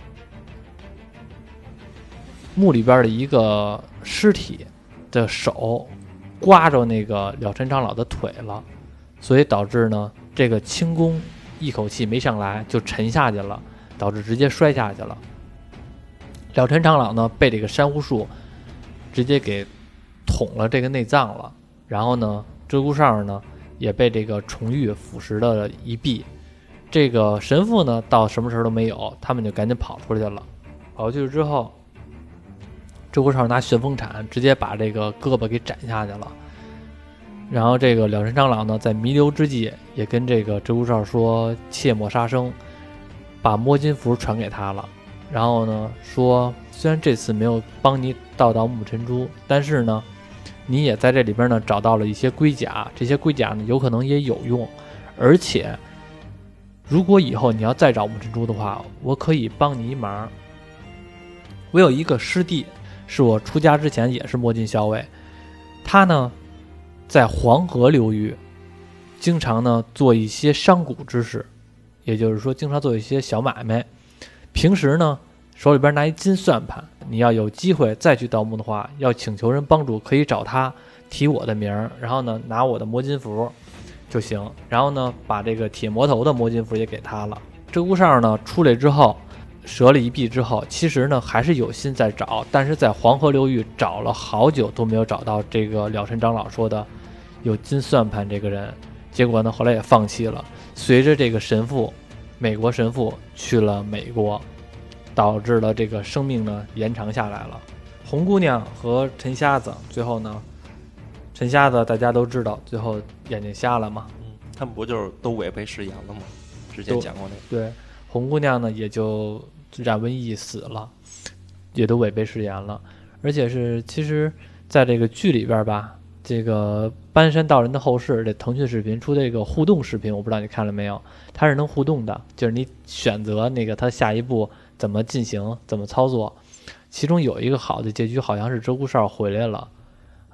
Speaker 1: 墓里边的一个尸体的手刮着那个了尘长老的腿了，所以导致呢这个轻功一口气没上来就沉下去了，导致直接摔下去了。了尘长老呢被这个珊瑚树直接给捅了这个内脏了，然后呢鹧鸪哨呢也被这个虫玉腐蚀了一臂。这个神父呢到什么时候都没有，他们就赶紧跑出去了。跑出去之后，鹧鸪哨拿旋风铲直接把这个胳膊给斩下去了。然后这个了尘长老呢在弥留之际也跟这个鹧鸪哨说切莫杀生，把摸金符传给他了。然后呢说虽然这次没有帮你盗到木尘珠，但是呢你也在这里边呢找到了一些龟甲，这些龟甲呢有可能也有用，而且如果以后你要再找木尘珠的话，我可以帮你一忙。我有一个师弟是我出家之前也是摸金校尉，他呢在黄河流域经常呢做一些商贾之事，也就是说经常做一些小买卖。平时呢手里边拿一金算盘，你要有机会再去盗墓的话，要请求人帮助，可以找他提我的名儿，然后呢拿我的摸金符就行，然后呢把这个铁魔头的摸金符也给他了。鹧鸪哨呢出来之后折了一臂之后，其实呢还是有心在找，但是在黄河流域找了好久都没有找到这个了尘长老说的有金算盘这个人，结果呢后来也放弃了。随着这个神父美国神父去了美国，导致了这个生命呢延长下来了。红姑娘和陈瞎子最后呢，陈瞎子大家都知道最后眼睛瞎了嘛，
Speaker 2: 嗯，他们不就是都违背誓言了吗？之前讲过那个。
Speaker 1: 对，红姑娘呢也就染瘟疫死了，也都违背誓言了。而且是其实在这个剧里边吧，这个搬山道人的后事，这腾讯视频出这个互动视频，我不知道你看了没有，它是能互动的，就是你选择那个它下一步怎么进行怎么操作。其中有一个好的结局好像是鹧鸪哨回来了，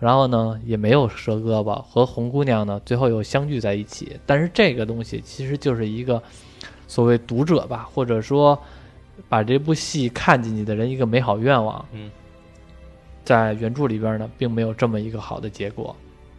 Speaker 1: 然后呢也没有折胳膊，和红姑娘呢最后又相聚在一起。但是这个东西其实就是一个所谓读者吧，或者说把这部戏看进去的人一个美好愿望。
Speaker 2: 嗯，
Speaker 1: 在原著里边呢并没有这么一个好的结果。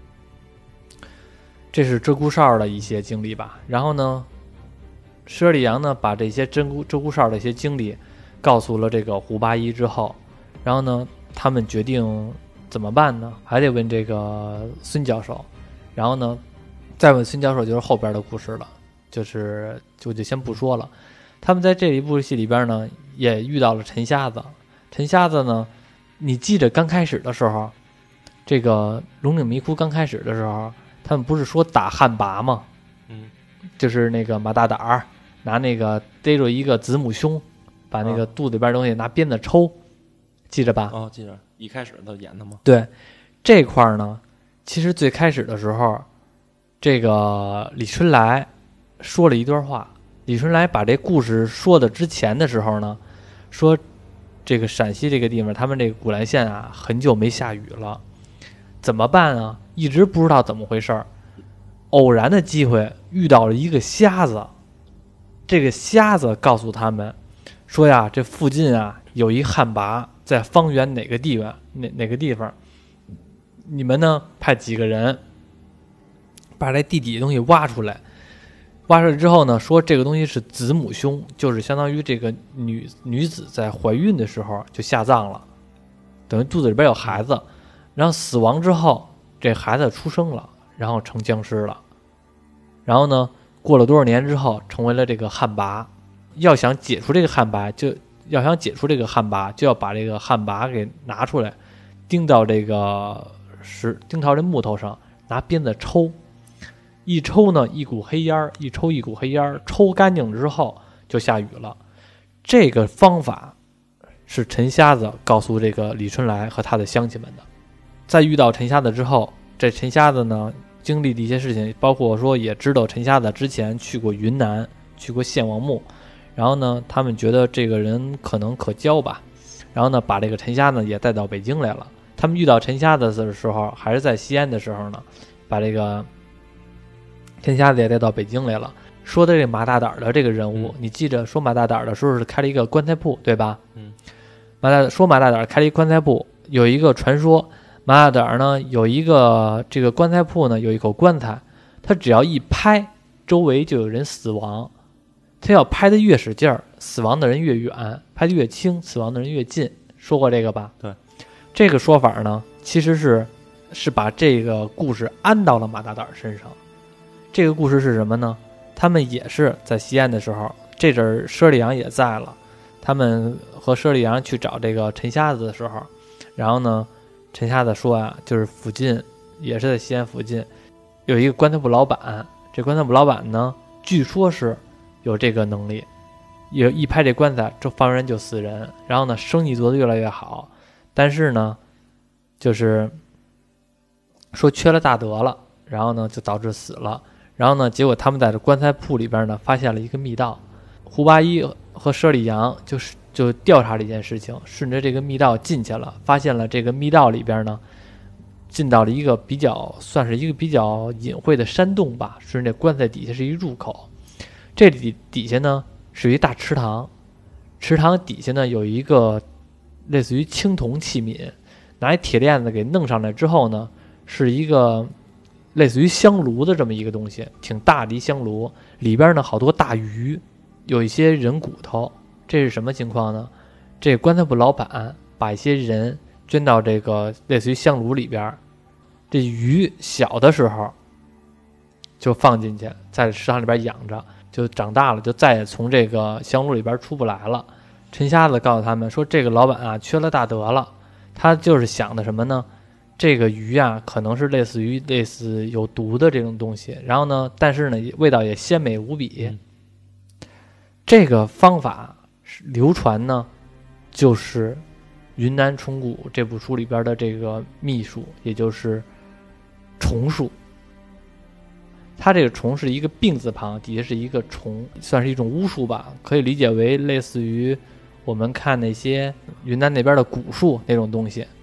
Speaker 1: 这是鹧鸪哨的一些经历吧。然后呢佘里阳呢把这些鹧鸪鹧鸪哨的一些经历告诉了这个胡八一之后，然后呢他们决定怎么办呢？还得问这个孙教授，然后呢再问孙教授就是后边的故事了，就是就就先不说了。他们在这一部戏里边呢也遇到了陈瞎子。陈瞎子呢，你记着刚开始的时候，这个龙岭迷窟刚开始的时候，他们不是说打旱魃吗？
Speaker 2: 嗯，
Speaker 1: 就是那个马大胆儿拿那个逮着一个子母胸，把那个肚子里边东西拿鞭子抽，记着吧？
Speaker 2: 哦，记着，一开始都演的吗？
Speaker 1: 对，这块儿呢，其实最开始的时候，这个李春来说了一段话。李春来把这故事说的之前的时候呢，说这个陕西这个地方，他们这个古兰县啊，很久没下雨了，怎么办啊？一直不知道怎么回事儿。偶然的机会遇到了一个瞎子，这个瞎子告诉他们说呀，这附近啊有一旱魃，在方圆哪个地方，哪哪个地方，你们呢派几个人把这地底的东西挖出来。挖出来之后呢，说这个东西是子母胸，就是相当于这个女女子在怀孕的时候就下葬了，等于肚子里边有孩子，然后死亡之后这孩子出生了，然后成僵尸了，然后呢过了多少年之后成为了这个旱魃。要想解除这个旱魃，就要想解除这个旱魃，就要把这个旱魃给拿出来，钉到这个石钉到这木头上，拿鞭子抽。一抽呢一股黑烟，一抽一股黑烟，抽干净之后就下雨了。这个方法是陈瞎子告诉这个李春来和他的乡亲们的。在遇到陈瞎子之后，这陈瞎子呢经历的一些事情，包括说也知道陈瞎子之前去过云南，去过献王墓，然后呢他们觉得这个人可能可交吧，然后呢把这个陈瞎子也带到北京来了。他们遇到陈瞎子的时候还是在西安的时候呢，把这个陈瞎子也带到北京来了。说的这马大胆的这个人物、嗯、你记着，说马大胆的时候是开了一个棺材铺，对吧？
Speaker 2: 嗯，
Speaker 1: 马大说马大胆开了一个棺材铺，有一个传说，马大胆呢有一个这个棺材铺呢有一口棺材，他只要一拍，周围就有人死亡。他要拍的越使劲儿，死亡的人越远；拍的越轻，死亡的人越近。说过这个吧？
Speaker 2: 对，
Speaker 1: 这个说法呢，其实是是把这个故事安到了马大胆身上。这个故事是什么呢？他们也是在西安的时候，这阵儿佘里阳也在了。他们和佘里阳去找这个陈瞎子的时候，然后呢，陈瞎子说啊，就是附近也是在西安附近有一个棺材铺老板，这棺材铺老板呢，据说是有这个能力，也一拍这棺材，这放人就死人。然后呢，生意做得越来越好，但是呢，就是说缺了大德了，然后呢就导致死了。然后呢，结果他们在这棺材铺里边呢，发现了一个密道。胡八一和佘里阳就是就调查这件事情，顺着这个密道进去了，发现了这个密道里边呢，进到了一个比较算是一个比较隐晦的山洞吧。顺着这棺材底下是一入口，这里底下呢是一大池塘，池塘底下呢有一个类似于青铜器皿，拿一铁链子给弄上来之后呢，是一个类似于香炉的这么一个东西，挺大的一香炉，里边呢好多大鱼，有一些人骨头。这是什么情况呢？这棺材铺老板把一些人捐到这个类似于香炉里边，这鱼小的时候就放进去，在池塘里边养着，就长大了就再也从这个香炉里边出不来了。陈瞎子告诉他们说，这个老板啊缺了大德了，他就是想的什么呢？这个鱼啊，可能是类似于类似有毒的这种东西，然后呢，但是呢，味道也鲜美无比。嗯、这个方法流传呢，就是《云南虫谷》这部书里边的这个秘术，也就是虫术。它这个虫是一个病字旁，底下是一个虫，算是一种巫术吧，可以理解为类似于我们看那些云南那边的蛊术那种东西。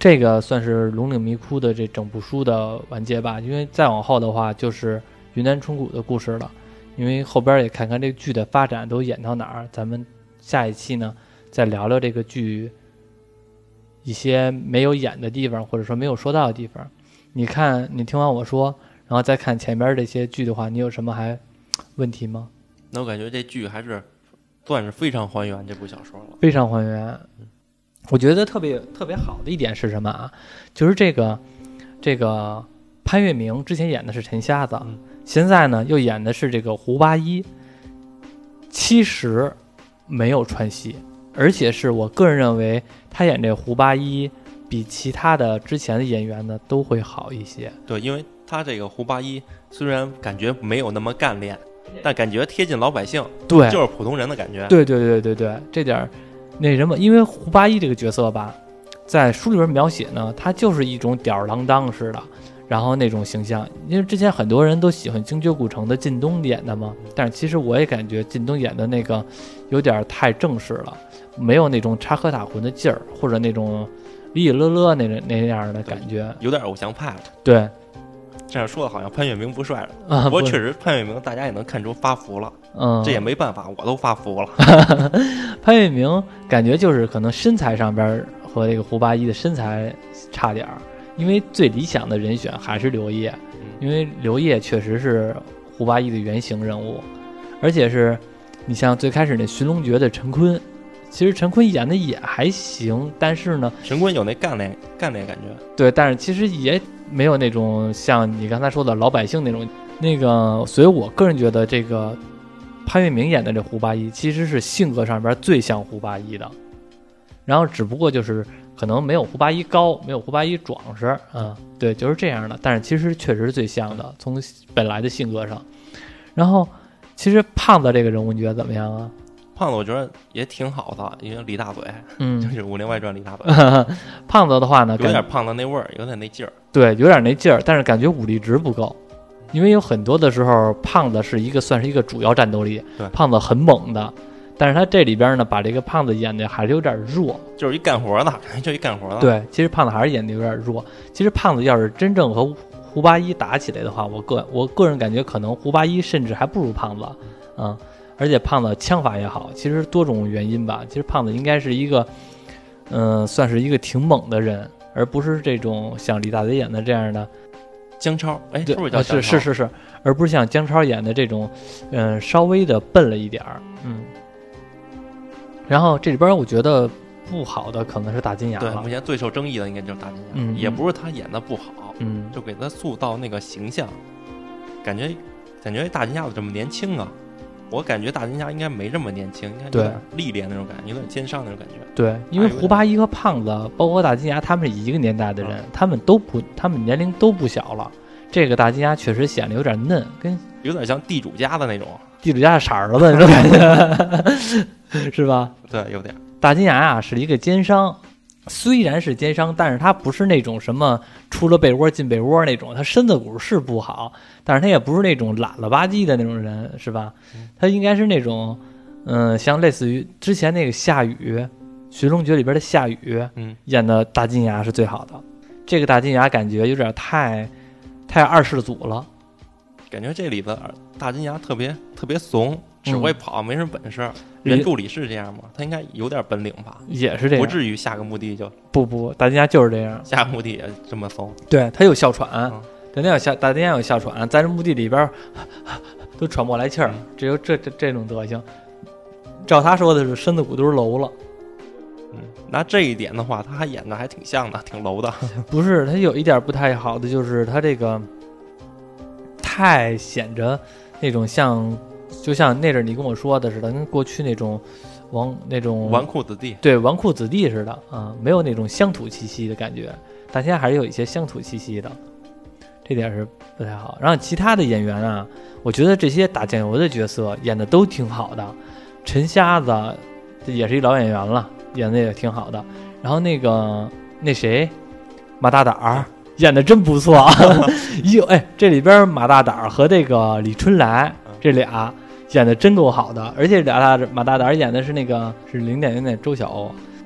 Speaker 1: 这个算是龙岭迷窟的这整部书的完结吧，因为再往后的话就是云南虫谷的故事了。因为后边也看看这个剧的发展都演到哪儿，咱们下一期呢再聊聊这个剧一些没有演的地方，或者说没有说到的地方。你看，你听完我说，然后再看前边这些剧的话，你有什么还问题吗？
Speaker 2: 那我感觉这剧还是算是非常还原这部小说了，
Speaker 1: 非常还原。我觉得特别特别好的一点是什么啊？就是这个这个潘粤明之前演的是陈瞎子，
Speaker 2: 嗯、
Speaker 1: 现在呢又演的是这个胡八一，其实没有穿戏，而且是我个人认为他演这胡八一比其他的之前的演员呢都会好一些。
Speaker 2: 对，因为他这个胡八一虽然感觉没有那么干练，但感觉贴近老百姓，
Speaker 1: 对，
Speaker 2: 就是普通人的感觉。
Speaker 1: 对对对对对，这点那什么，因为胡八一这个角色吧，在书里边描写呢，他就是一种吊儿郎当似的，然后那种形象。因为之前很多人都喜欢精绝古城的靳东演的嘛，但是其实我也感觉靳东演的那个有点太正式了，没有那种插科打诨的劲儿，或者那种哩哩了了那那样的感觉，
Speaker 2: 有点偶像派了。
Speaker 1: 对。
Speaker 2: 这样说的好像潘粤明不帅了，
Speaker 1: 啊、
Speaker 2: 不过确实潘粤明大家也能看出发福了，
Speaker 1: 嗯，
Speaker 2: 这也没办法，我都发福了。
Speaker 1: 潘粤明感觉就是可能身材上边和这个胡八一的身材差点儿，因为最理想的人选还是刘烨，因为刘烨确实是胡八一的原型人物，而且是你像最开始那寻龙诀的陈坤，其实陈坤演的也还行，但是呢，
Speaker 2: 陈坤有那干练干练感觉，
Speaker 1: 对，但是其实也没有那种像你刚才说的老百姓那种那个，所以我个人觉得这个潘粤明演的这胡八一其实是性格上边最像胡八一的，然后只不过就是可能没有胡八一高，没有胡八一壮实，嗯，对，就是这样的，但是其实确实是最像的，从本来的性格上。然后其实胖子这个人物你觉得怎么样啊？
Speaker 2: 胖子我觉得也挺好的，因为李大嘴，
Speaker 1: 嗯，
Speaker 2: 就是《武林外传》李大嘴。
Speaker 1: 胖子的话呢，
Speaker 2: 有点胖子那味儿，有点那劲儿。
Speaker 1: 对，有点那劲儿，但是感觉武力值不够，因为有很多的时候，胖子是一个算是一个主要战斗力，
Speaker 2: 对，
Speaker 1: 胖子很猛的，但是他这里边呢，把这个胖子演的还是有点弱，
Speaker 2: 就是一干活的，就一干活的。
Speaker 1: 对，其实胖子还是演的有点弱。其实胖子要是真正和胡八一打起来的话，我个我个人感觉可能胡八一甚至还不如胖子，嗯。而且胖子枪法也好，其实多种原因吧。其实胖子应该是一个，嗯、呃，算是一个挺猛的人，而不是这种像李大嘴演的这样的
Speaker 2: 姜超。哎，
Speaker 1: 是
Speaker 2: 不是叫姜超？
Speaker 1: 是是是是，而不是像姜超演的这种，嗯、呃，稍微的笨了一点儿。嗯。然后这里边我觉得不好的可能是大金牙了。
Speaker 2: 对，目前最受争议的应该就是大金牙，
Speaker 1: 嗯，
Speaker 2: 也不是他演的不好，
Speaker 1: 嗯，
Speaker 2: 就给他塑造那个形象，感觉感觉大金牙子这么年轻啊。我感觉大金牙应该没这么年轻，应该有点历练那种感觉，有点奸商那种感觉。
Speaker 1: 对，因为胡八一和胖子，包括大金牙，他们是一个年代的人，
Speaker 2: 嗯、
Speaker 1: 他们都不，他们年龄都不小了。这个大金牙确实显得有点嫩，跟
Speaker 2: 有点像地主家的那种，
Speaker 1: 地主家的傻儿子那种感觉，是吧？
Speaker 2: 对，有点。
Speaker 1: 大金牙啊是一个奸商，虽然是奸商，但是他不是那种什么出了被窝进被窝那种，他身子骨是不好。但是他也不是那种懒了吧唧的那种人，是吧？他应该是那种，嗯、呃，像类似于之前那个夏雨，《寻龙诀》里边的夏雨，
Speaker 2: 嗯，
Speaker 1: 演的大金牙是最好的。这个大金牙感觉有点太，太二世祖了。
Speaker 2: 感觉这里的大金牙特别特别怂，只会跑，嗯、没什么本事。原著里是这样吗？他应该有点本领吧？
Speaker 1: 也是这样，
Speaker 2: 不至于下个目的就
Speaker 1: 不不，大金牙就是这样，
Speaker 2: 下个目的也这么怂。
Speaker 1: 对他有哮喘。
Speaker 2: 嗯
Speaker 1: 大金牙有哮，大金牙有哮喘，在这墓地里边都喘不过来气儿，
Speaker 2: 嗯、
Speaker 1: 只有这这这种德行。照他说的是身子骨都是楼了。
Speaker 2: 嗯，那这一点的话，他还演的还挺像的，挺楼的。
Speaker 1: 不是，他有一点不太好的就是他这个太显着那种像，就像那阵你跟我说的似的，跟过去那种纨那种
Speaker 2: 纨绔子弟，
Speaker 1: 对纨绔子弟似的啊，没有那种乡土气息的感觉。大家还是有一些乡土气息的，这点是不太好。然后其他的演员啊，我觉得这些打酱油的角色演的都挺好的。陈瞎子也是一老演员了，演的也挺好的。然后那个那谁马大胆儿演的真不错，哟哎，这里边马大胆儿和这个李春来这俩演的真够好的，而且俩大马大胆儿演的是那个是零点零点周晓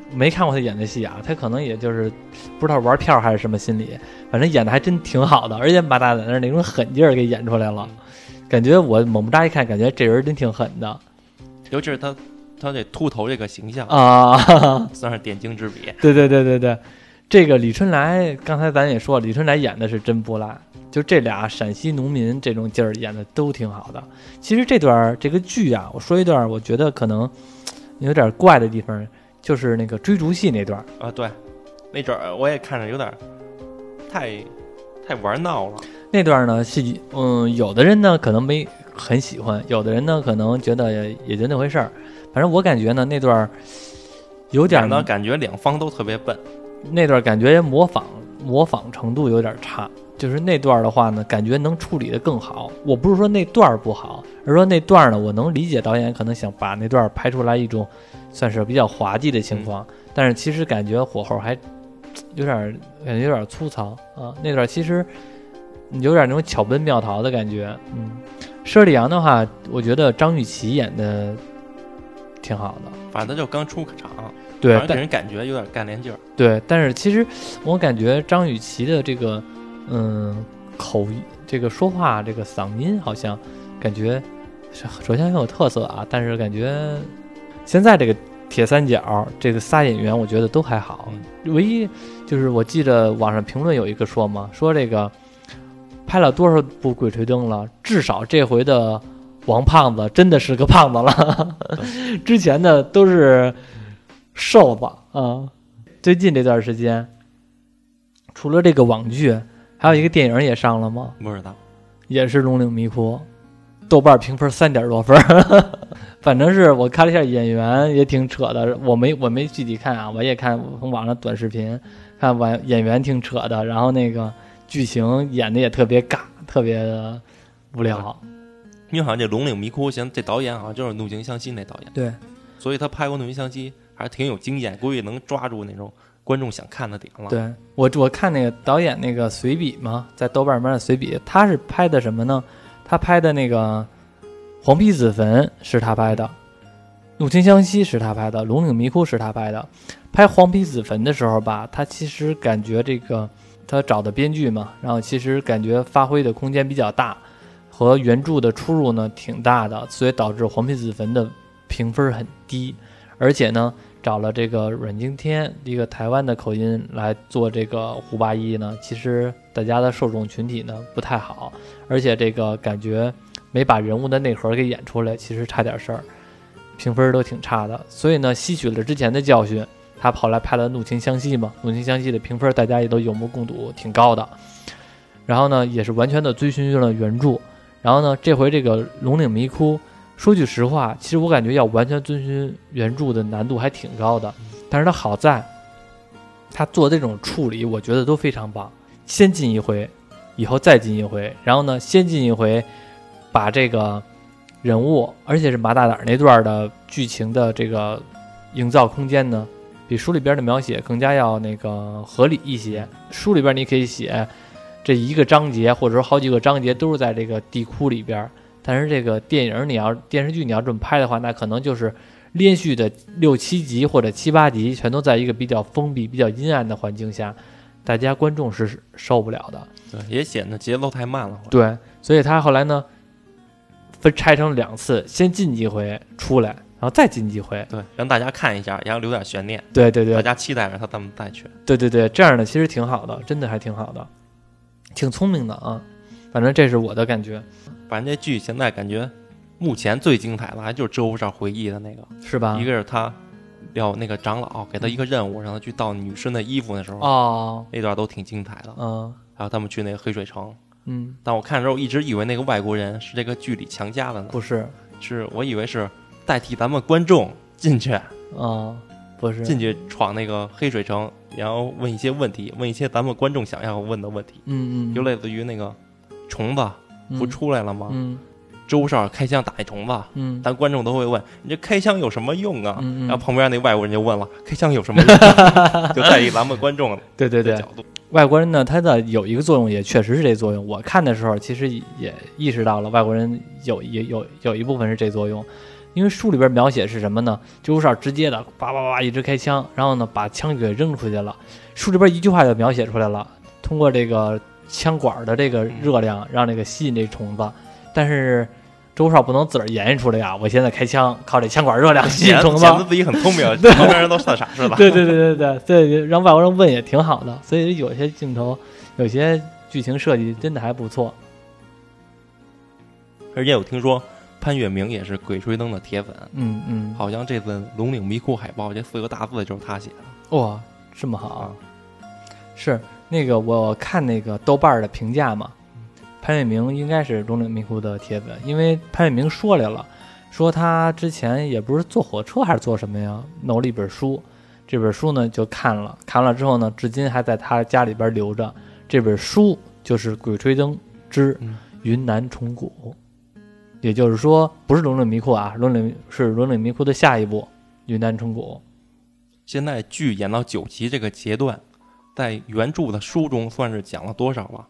Speaker 1: 没看过他演的戏啊，他可能也就是不知道玩票还是什么心理，反正演的还真挺好的，而且马大在那那种狠劲儿给演出来了，感觉我猛不扎一看，感觉这人真挺狠的，
Speaker 2: 尤其是他他这秃头这个形象
Speaker 1: 啊，
Speaker 2: 算是点睛之笔。
Speaker 1: 对对对对对，这个李春来刚才咱也说，李春来演的是真不赖，就这俩陕西农民这种劲儿演的都挺好的。其实这段这个剧啊，我说一段我觉得可能有点怪的地方，就是那个追逐戏那段
Speaker 2: 啊，对，那阵儿我也看着有点太太玩闹了。
Speaker 1: 那段呢是嗯，有的人呢可能没很喜欢，有的人呢可能觉得也也就那回事儿。反正我感觉呢那段有点
Speaker 2: 呢，感觉两方都特别笨。
Speaker 1: 那段感觉模仿模仿程度有点差，就是那段的话呢，感觉能处理的更好。我不是说那段不好，而是说那段呢，我能理解导演可能想把那段拍出来一种算是比较滑稽的情况，嗯、但是其实感觉火候还有点感觉有点粗糙啊。那段其实有点那种巧奔妙逃的感觉。嗯，佘丽阳的话，我觉得张雨绮演的挺好的，
Speaker 2: 反正就刚出场。
Speaker 1: 对，
Speaker 2: 给人感觉有点干练劲儿。
Speaker 1: 对，但是其实我感觉张雨绮的这个，嗯，口音，这个说话，这个嗓音，好像感觉首先很有特色啊。但是感觉现在这个铁三角这个仨演员，我觉得都还好。嗯、唯一就是我记得网上评论有一个说嘛，说这个拍了多少部《鬼吹灯》了，至少这回的王胖子真的是个胖子了，之前的都是。瘦子啊！最近这段时间，除了这个网剧，还有一个电影也上了吗？
Speaker 2: 不知道，
Speaker 1: 也是《龙岭迷窟》，豆瓣评分三点多分，反正是我看了一下演员也挺扯的，我没我没具体看啊，我也看从网上短视频看完演员挺扯的，然后那个剧情演的也特别尬，特别的无聊。
Speaker 2: 因为好像这《龙岭迷窟》现这导演好像就是怒晴湘西那导演，
Speaker 1: 对，
Speaker 2: 所以他拍过《怒晴湘西》。还是挺有经验，估计能抓住那种观众想看的点了。
Speaker 1: 对，我我看那个导演那个随笔嘛，在豆瓣上面的随笔，他是拍的什么呢？他拍的那个《黄皮子坟》是他拍的，《怒晴湘西》是他拍的，《龙岭迷窟》是他拍的。拍《黄皮子坟》的时候吧，他其实感觉这个他找的编剧嘛，然后其实感觉发挥的空间比较大，和原著的出入呢挺大的，所以导致《黄皮子坟》的评分很低。而且呢，找了这个阮经天一个台湾的口音来做这个胡八一呢，其实大家的受众群体呢不太好，而且这个感觉没把人物的内核给演出来，其实差点事儿，评分都挺差的。所以呢，吸取了之前的教训，他跑来拍了《怒晴湘西》嘛，《怒晴湘西》的评分大家也都有目共睹，挺高的。然后呢，也是完全的遵循了原著。然后呢，这回这个《龙岭迷窟》。说句实话，其实我感觉要完全遵循原著的难度还挺高的，但是他好在他做这种处理我觉得都非常棒，先进一回以后再进一回，然后呢先进一回把这个人物，而且是马大胆那段的剧情的这个营造空间呢比书里边的描写更加要那个合理一些。书里边你可以写这一个章节或者说好几个章节都是在这个地窟里边，但是这个电影你要电视剧你要这么拍的话，那可能就是连续的六七集或者七八集全都在一个比较封闭比较阴暗的环境下，大家观众是受不了的。
Speaker 2: 对，也显得节奏太慢了。
Speaker 1: 对，所以他后来呢分拆成两次，先进几回出来，然后再进几回，
Speaker 2: 对，让大家看一下，然后留点悬念。
Speaker 1: 对对对，
Speaker 2: 大家期待着他怎么再去。
Speaker 1: 对对对，这样的其实挺好的，真的还挺好的，挺聪明的啊。反正这是我的感觉。
Speaker 2: 反正这剧现在感觉目前最精彩的还就是周少回忆的那个，
Speaker 1: 是吧？
Speaker 2: 一个是他要那个长老给他一个任务，让他去盗女生的衣服的时候，
Speaker 1: 哦，
Speaker 2: 那段都挺精彩的。
Speaker 1: 嗯，
Speaker 2: 还有他们去那个黑水城，
Speaker 1: 嗯，
Speaker 2: 但我看的时候一直以为那个外国人是这个剧里强加的呢，
Speaker 1: 不是，
Speaker 2: 是我以为是代替咱们观众进去，
Speaker 1: 啊，不是
Speaker 2: 进去闯那个黑水城，然后问一些问题，问一些咱们观众想要问的问题，
Speaker 1: 嗯嗯，
Speaker 2: 就类似于那个虫子不出来了吗？
Speaker 1: 嗯，
Speaker 2: 周少开枪打那虫子，
Speaker 1: 嗯，
Speaker 2: 咱观众都会问你这开枪有什么用啊？
Speaker 1: 嗯嗯，
Speaker 2: 然后旁边那外国人就问了，开枪有什么用？就代替咱们观众
Speaker 1: 对对对
Speaker 2: 角度。
Speaker 1: 外国人呢，他的有一个作用，也确实是这作用。我看的时候，其实也意识到了外国人有有有有一部分是这作用。 因为书里边描写是什么呢？鹧鸪哨直接的叭叭叭一直开枪，然后呢把枪给扔出去了。书里边一句话就描写出来了，通过这个枪管的这个热量让这个吸引这虫子，但是鹧鸪哨不能自个儿演绎出来呀！我现在开枪，靠这枪管热量吸引虫子，
Speaker 2: 显得自己很聪明，旁边人都算傻似的。
Speaker 1: 对对对对对对，让外国人问也挺好的。所以有些镜头，有些剧情设计真的还不错。
Speaker 2: 而且我听说潘粤明也是《鬼吹灯》的铁粉，
Speaker 1: 嗯嗯，
Speaker 2: 好像这次《龙岭迷窟》海报这四个大字就是他写的。
Speaker 1: 哇，这么好啊！是那个我看那个豆瓣的评价嘛。潘粤明应该是龙岭迷窟的铁粉，因为潘粤明说来了，说他之前也不是坐火车还是坐什么呀，弄了一本书，这本书呢就看了，看了之后呢，至今还在他家里边留着。这本书就是《鬼吹灯之云南虫谷》，嗯，也就是说不是龙岭迷窟啊，龙岭是龙岭迷窟的下一部云南虫谷。
Speaker 2: 现在剧演到九集这个阶段，在原著的书中算是讲了多少了？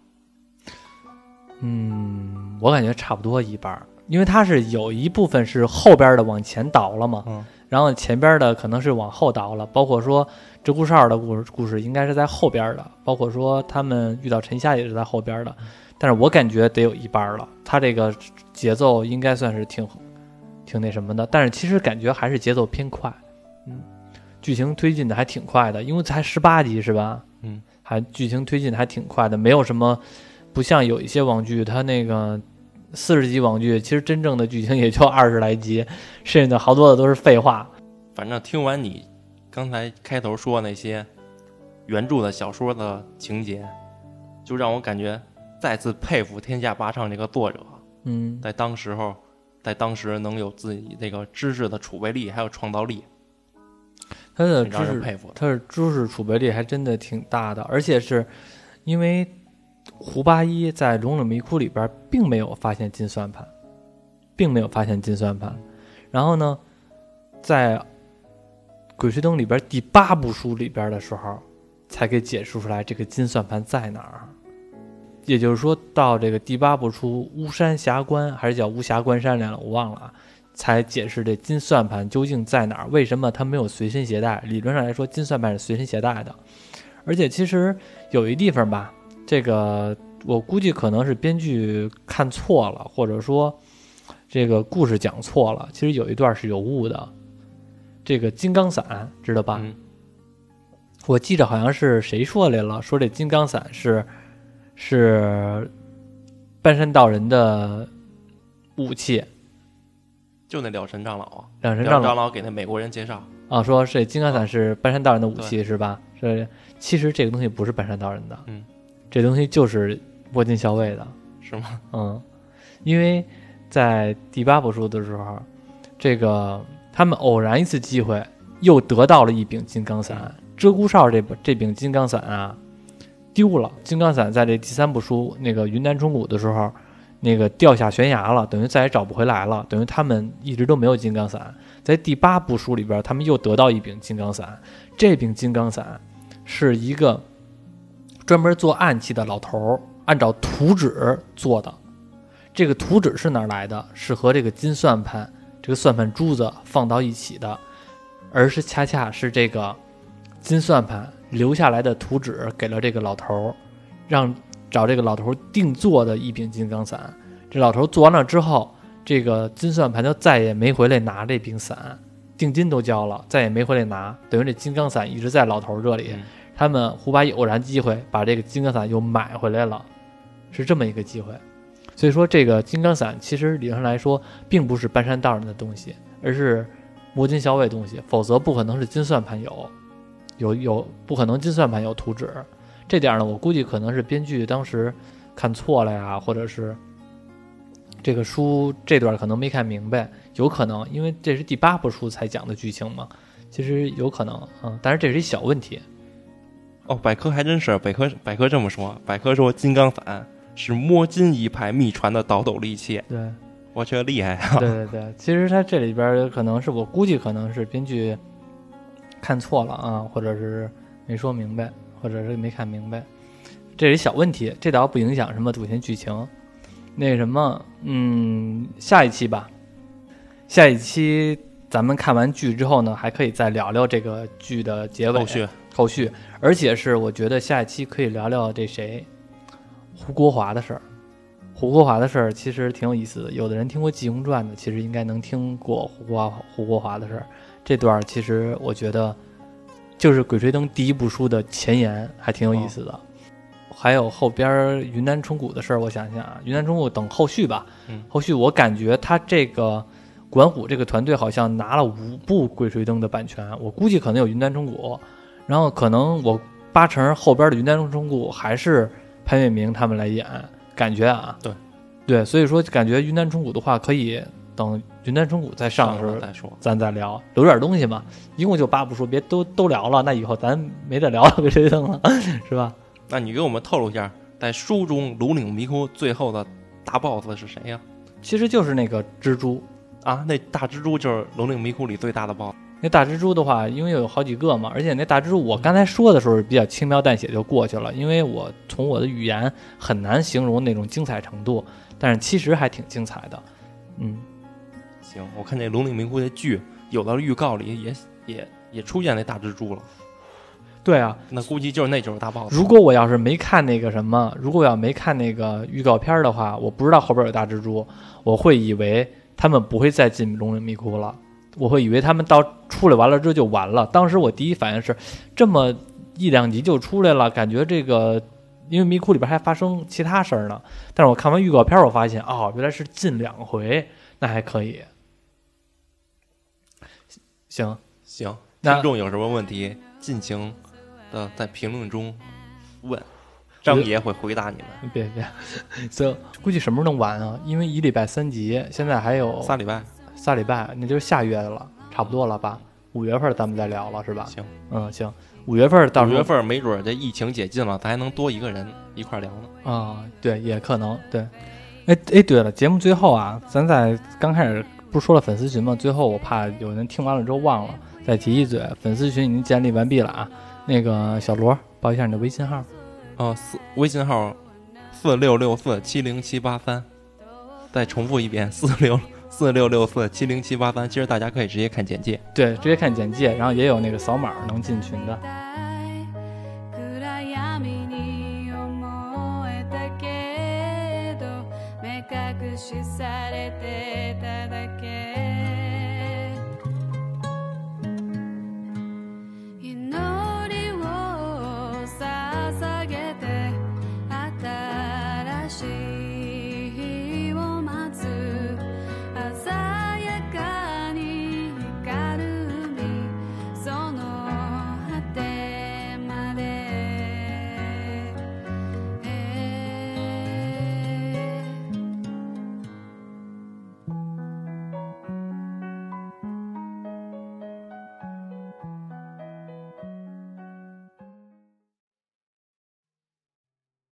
Speaker 1: 嗯，我感觉差不多一半，因为它是有一部分是后边的往前倒了嘛，
Speaker 2: 嗯，
Speaker 1: 然后前边的可能是往后倒了，包括说鹧鸪哨的故事故事应该是在后边的，包括说他们遇到沉虾也是在后边的，但是我感觉得有一半了，它这个节奏应该算是挺挺那什么的，但是其实感觉还是节奏偏快，嗯，剧情推进的还挺快的，因为才十八集是吧？
Speaker 2: 嗯，
Speaker 1: 还剧情推进的还挺快的，没有什么。不像有一些网剧，它那个四十集网剧，其实真正的剧情也就二十来集，剩下的好多的都是废话。
Speaker 2: 反正听完你刚才开头说那些原著的小说的情节，就让我感觉再次佩服天下八唱这个作者。
Speaker 1: 嗯，
Speaker 2: 在当时候，在当时能有自己这个知识的储备力，还有创造力，
Speaker 1: 他的知识
Speaker 2: 让人佩服。
Speaker 1: 他的知识储备力还真的挺大的，而且是因为。胡八一在龙岭迷窟里边并没有发现金算盘，并没有发现金算盘。然后呢，在鬼吹灯里边第八部书里边的时候，才给解释出来这个金算盘在哪儿。也就是说到这个第八部书巫山峡关还是叫巫峡关山来了，我忘了啊，才解释这金算盘究竟在哪儿，为什么他没有随身携带。理论上来说，金算盘是随身携带的，而且其实有一地方吧。这个我估计可能是编剧看错了，或者说这个故事讲错了。其实有一段是有误的。这个金刚伞知道吧？
Speaker 2: 嗯，
Speaker 1: 我记着好像是谁说来了，说这金刚伞是是半山道人的武器。
Speaker 2: 就那了尘长老啊，
Speaker 1: 了尘长老
Speaker 2: 长老给那美国人介绍
Speaker 1: 啊，说这金刚伞是半山道人的武器，
Speaker 2: 啊，
Speaker 1: 是吧？是，其实这个东西不是半山道人的。
Speaker 2: 嗯。
Speaker 1: 这东西就是摸金校尉的，
Speaker 2: 是吗？
Speaker 1: 嗯，因为在第八部书的时候，这个他们偶然一次机会又得到了一柄金刚伞。鹧鸪哨这这柄金刚伞啊丢了，金刚伞在这第三部书那个云南虫谷的时候，那个掉下悬崖了，等于再也找不回来了，等于他们一直都没有金刚伞。在第八部书里边，他们又得到一柄金刚伞，这柄金刚伞是一个专门做暗器的老头按照图纸做的。这个图纸是哪儿来的？是和这个金算盘这个算盘珠子放到一起的，而是恰恰是这个金算盘留下来的图纸给了这个老头，让找这个老头定做的一柄金刚伞。这老头做完了之后，这个金算盘就再也没回来拿这柄伞，定金都交了，再也没回来拿，等于这金刚伞一直在老头这里。嗯，他们胡八一偶然机会把这个金刚伞又买回来了，是这么一个机会。所以说这个金刚伞其实理论上来说并不是半山道人的东西，而是摸金校尉东西，否则不可能是金算盘有有有不可能金算盘有图纸。这点呢我估计可能是编剧当时看错了呀，或者是这个书这段可能没看明白，有可能因为这是第八部书才讲的剧情嘛，其实有可能嗯，但是这是一小问题。
Speaker 2: 哦，百科还真是，百科百科这么说，百科说金刚伞是摸金一派秘传的倒斗利器。
Speaker 1: 对，
Speaker 2: 我觉得厉害啊。
Speaker 1: 对对对，其实它这里边可能是我估计可能是编剧看错了啊，或者是没说明白，或者是没看明白，这是一小问题，这倒不影响什么主线剧情。那什么，嗯，下一期吧， 下一期咱们看完剧之后呢，还可以再聊聊这个剧的结尾
Speaker 2: 后续
Speaker 1: 后续，而且是我觉得下一期可以聊聊这谁胡国华的事儿。胡国华的事儿其实挺有意思的，有的人听过《济公传》的，其实应该能听过胡国华胡国华的事儿。这段其实我觉得就是《鬼吹灯》第一部书的前言，还挺有意思的。哦、还有后边云南虫谷的事儿，我想想啊，云南虫谷等后续吧。
Speaker 2: 嗯，
Speaker 1: 后续我感觉他这个管虎这个团队好像拿了五部《鬼吹灯》的版权，我估计可能有云南虫谷，然后可能我八成后边的云南虫谷还是潘粤明他们来演。感觉啊，
Speaker 2: 对，
Speaker 1: 对，所以说感觉云南虫谷的话，可以等云南虫谷再上的时候
Speaker 2: 再说，
Speaker 1: 咱再聊，留点东西嘛。一共就八部书，别都都聊了，那以后咱没得聊了，鬼吹灯了，是吧？
Speaker 2: 那你给我们透露一下，在书中龙岭迷窟最后的大 boss 是谁呀、啊？
Speaker 1: 其实就是那个蜘蛛
Speaker 2: 啊，那大蜘蛛就是龙岭迷窟里最大的 boss。
Speaker 1: 那大蜘蛛的话，因为有好几个嘛，而且那大蜘蛛我刚才说的时候比较轻描淡写就过去了，因为我从我的语言很难形容那种精彩程度，但是其实还挺精彩的。嗯，
Speaker 2: 行，我看这龙岭迷窟的剧，有的预告里也也也出现那大蜘蛛了。
Speaker 1: 对啊，
Speaker 2: 那估计就是那就是大 boss。
Speaker 1: 如果我要是没看那个什么，如果我要没看那个预告片的话，我不知道后边有大蜘蛛，我会以为他们不会再进龙岭迷窟了。我会以为他们到出来完了之后就完了。当时我第一反应是，这么一两集就出来了，感觉这个因为迷窟里边还发生其他事儿呢。但是我看完预告片，我发现哦，原来是进两回，那还可以。行
Speaker 2: 行，听众有什么问题，尽情的在评论中问，张爷会回答你们。
Speaker 1: 别别，所以估计什么时候能完啊？因为一礼拜三集，现在还有
Speaker 2: 仨礼拜。
Speaker 1: 仨礼拜，那就是下月的了，差不多了吧？五月份咱们再聊了，是吧？
Speaker 2: 行，
Speaker 1: 嗯，行，五月份到时候
Speaker 2: 五月份没准这疫情解禁了，咱还能多一个人一块聊呢。
Speaker 1: 啊，对，也可能对。哎哎，对了，节目最后啊，咱在刚开始不是说了粉丝群吗？最后我怕有人听完了之后忘了，再提一嘴，粉丝群已经建立完毕了啊。那个小罗，报一下你的微信号。
Speaker 2: 哦，四微信号四六六四七零七八三，再重复一遍四六。四六六四七零七八三，其实大家可以直接看简介，
Speaker 1: 对，直接看简介，然后也有那个扫码能进群的。
Speaker 3: 隠しされてた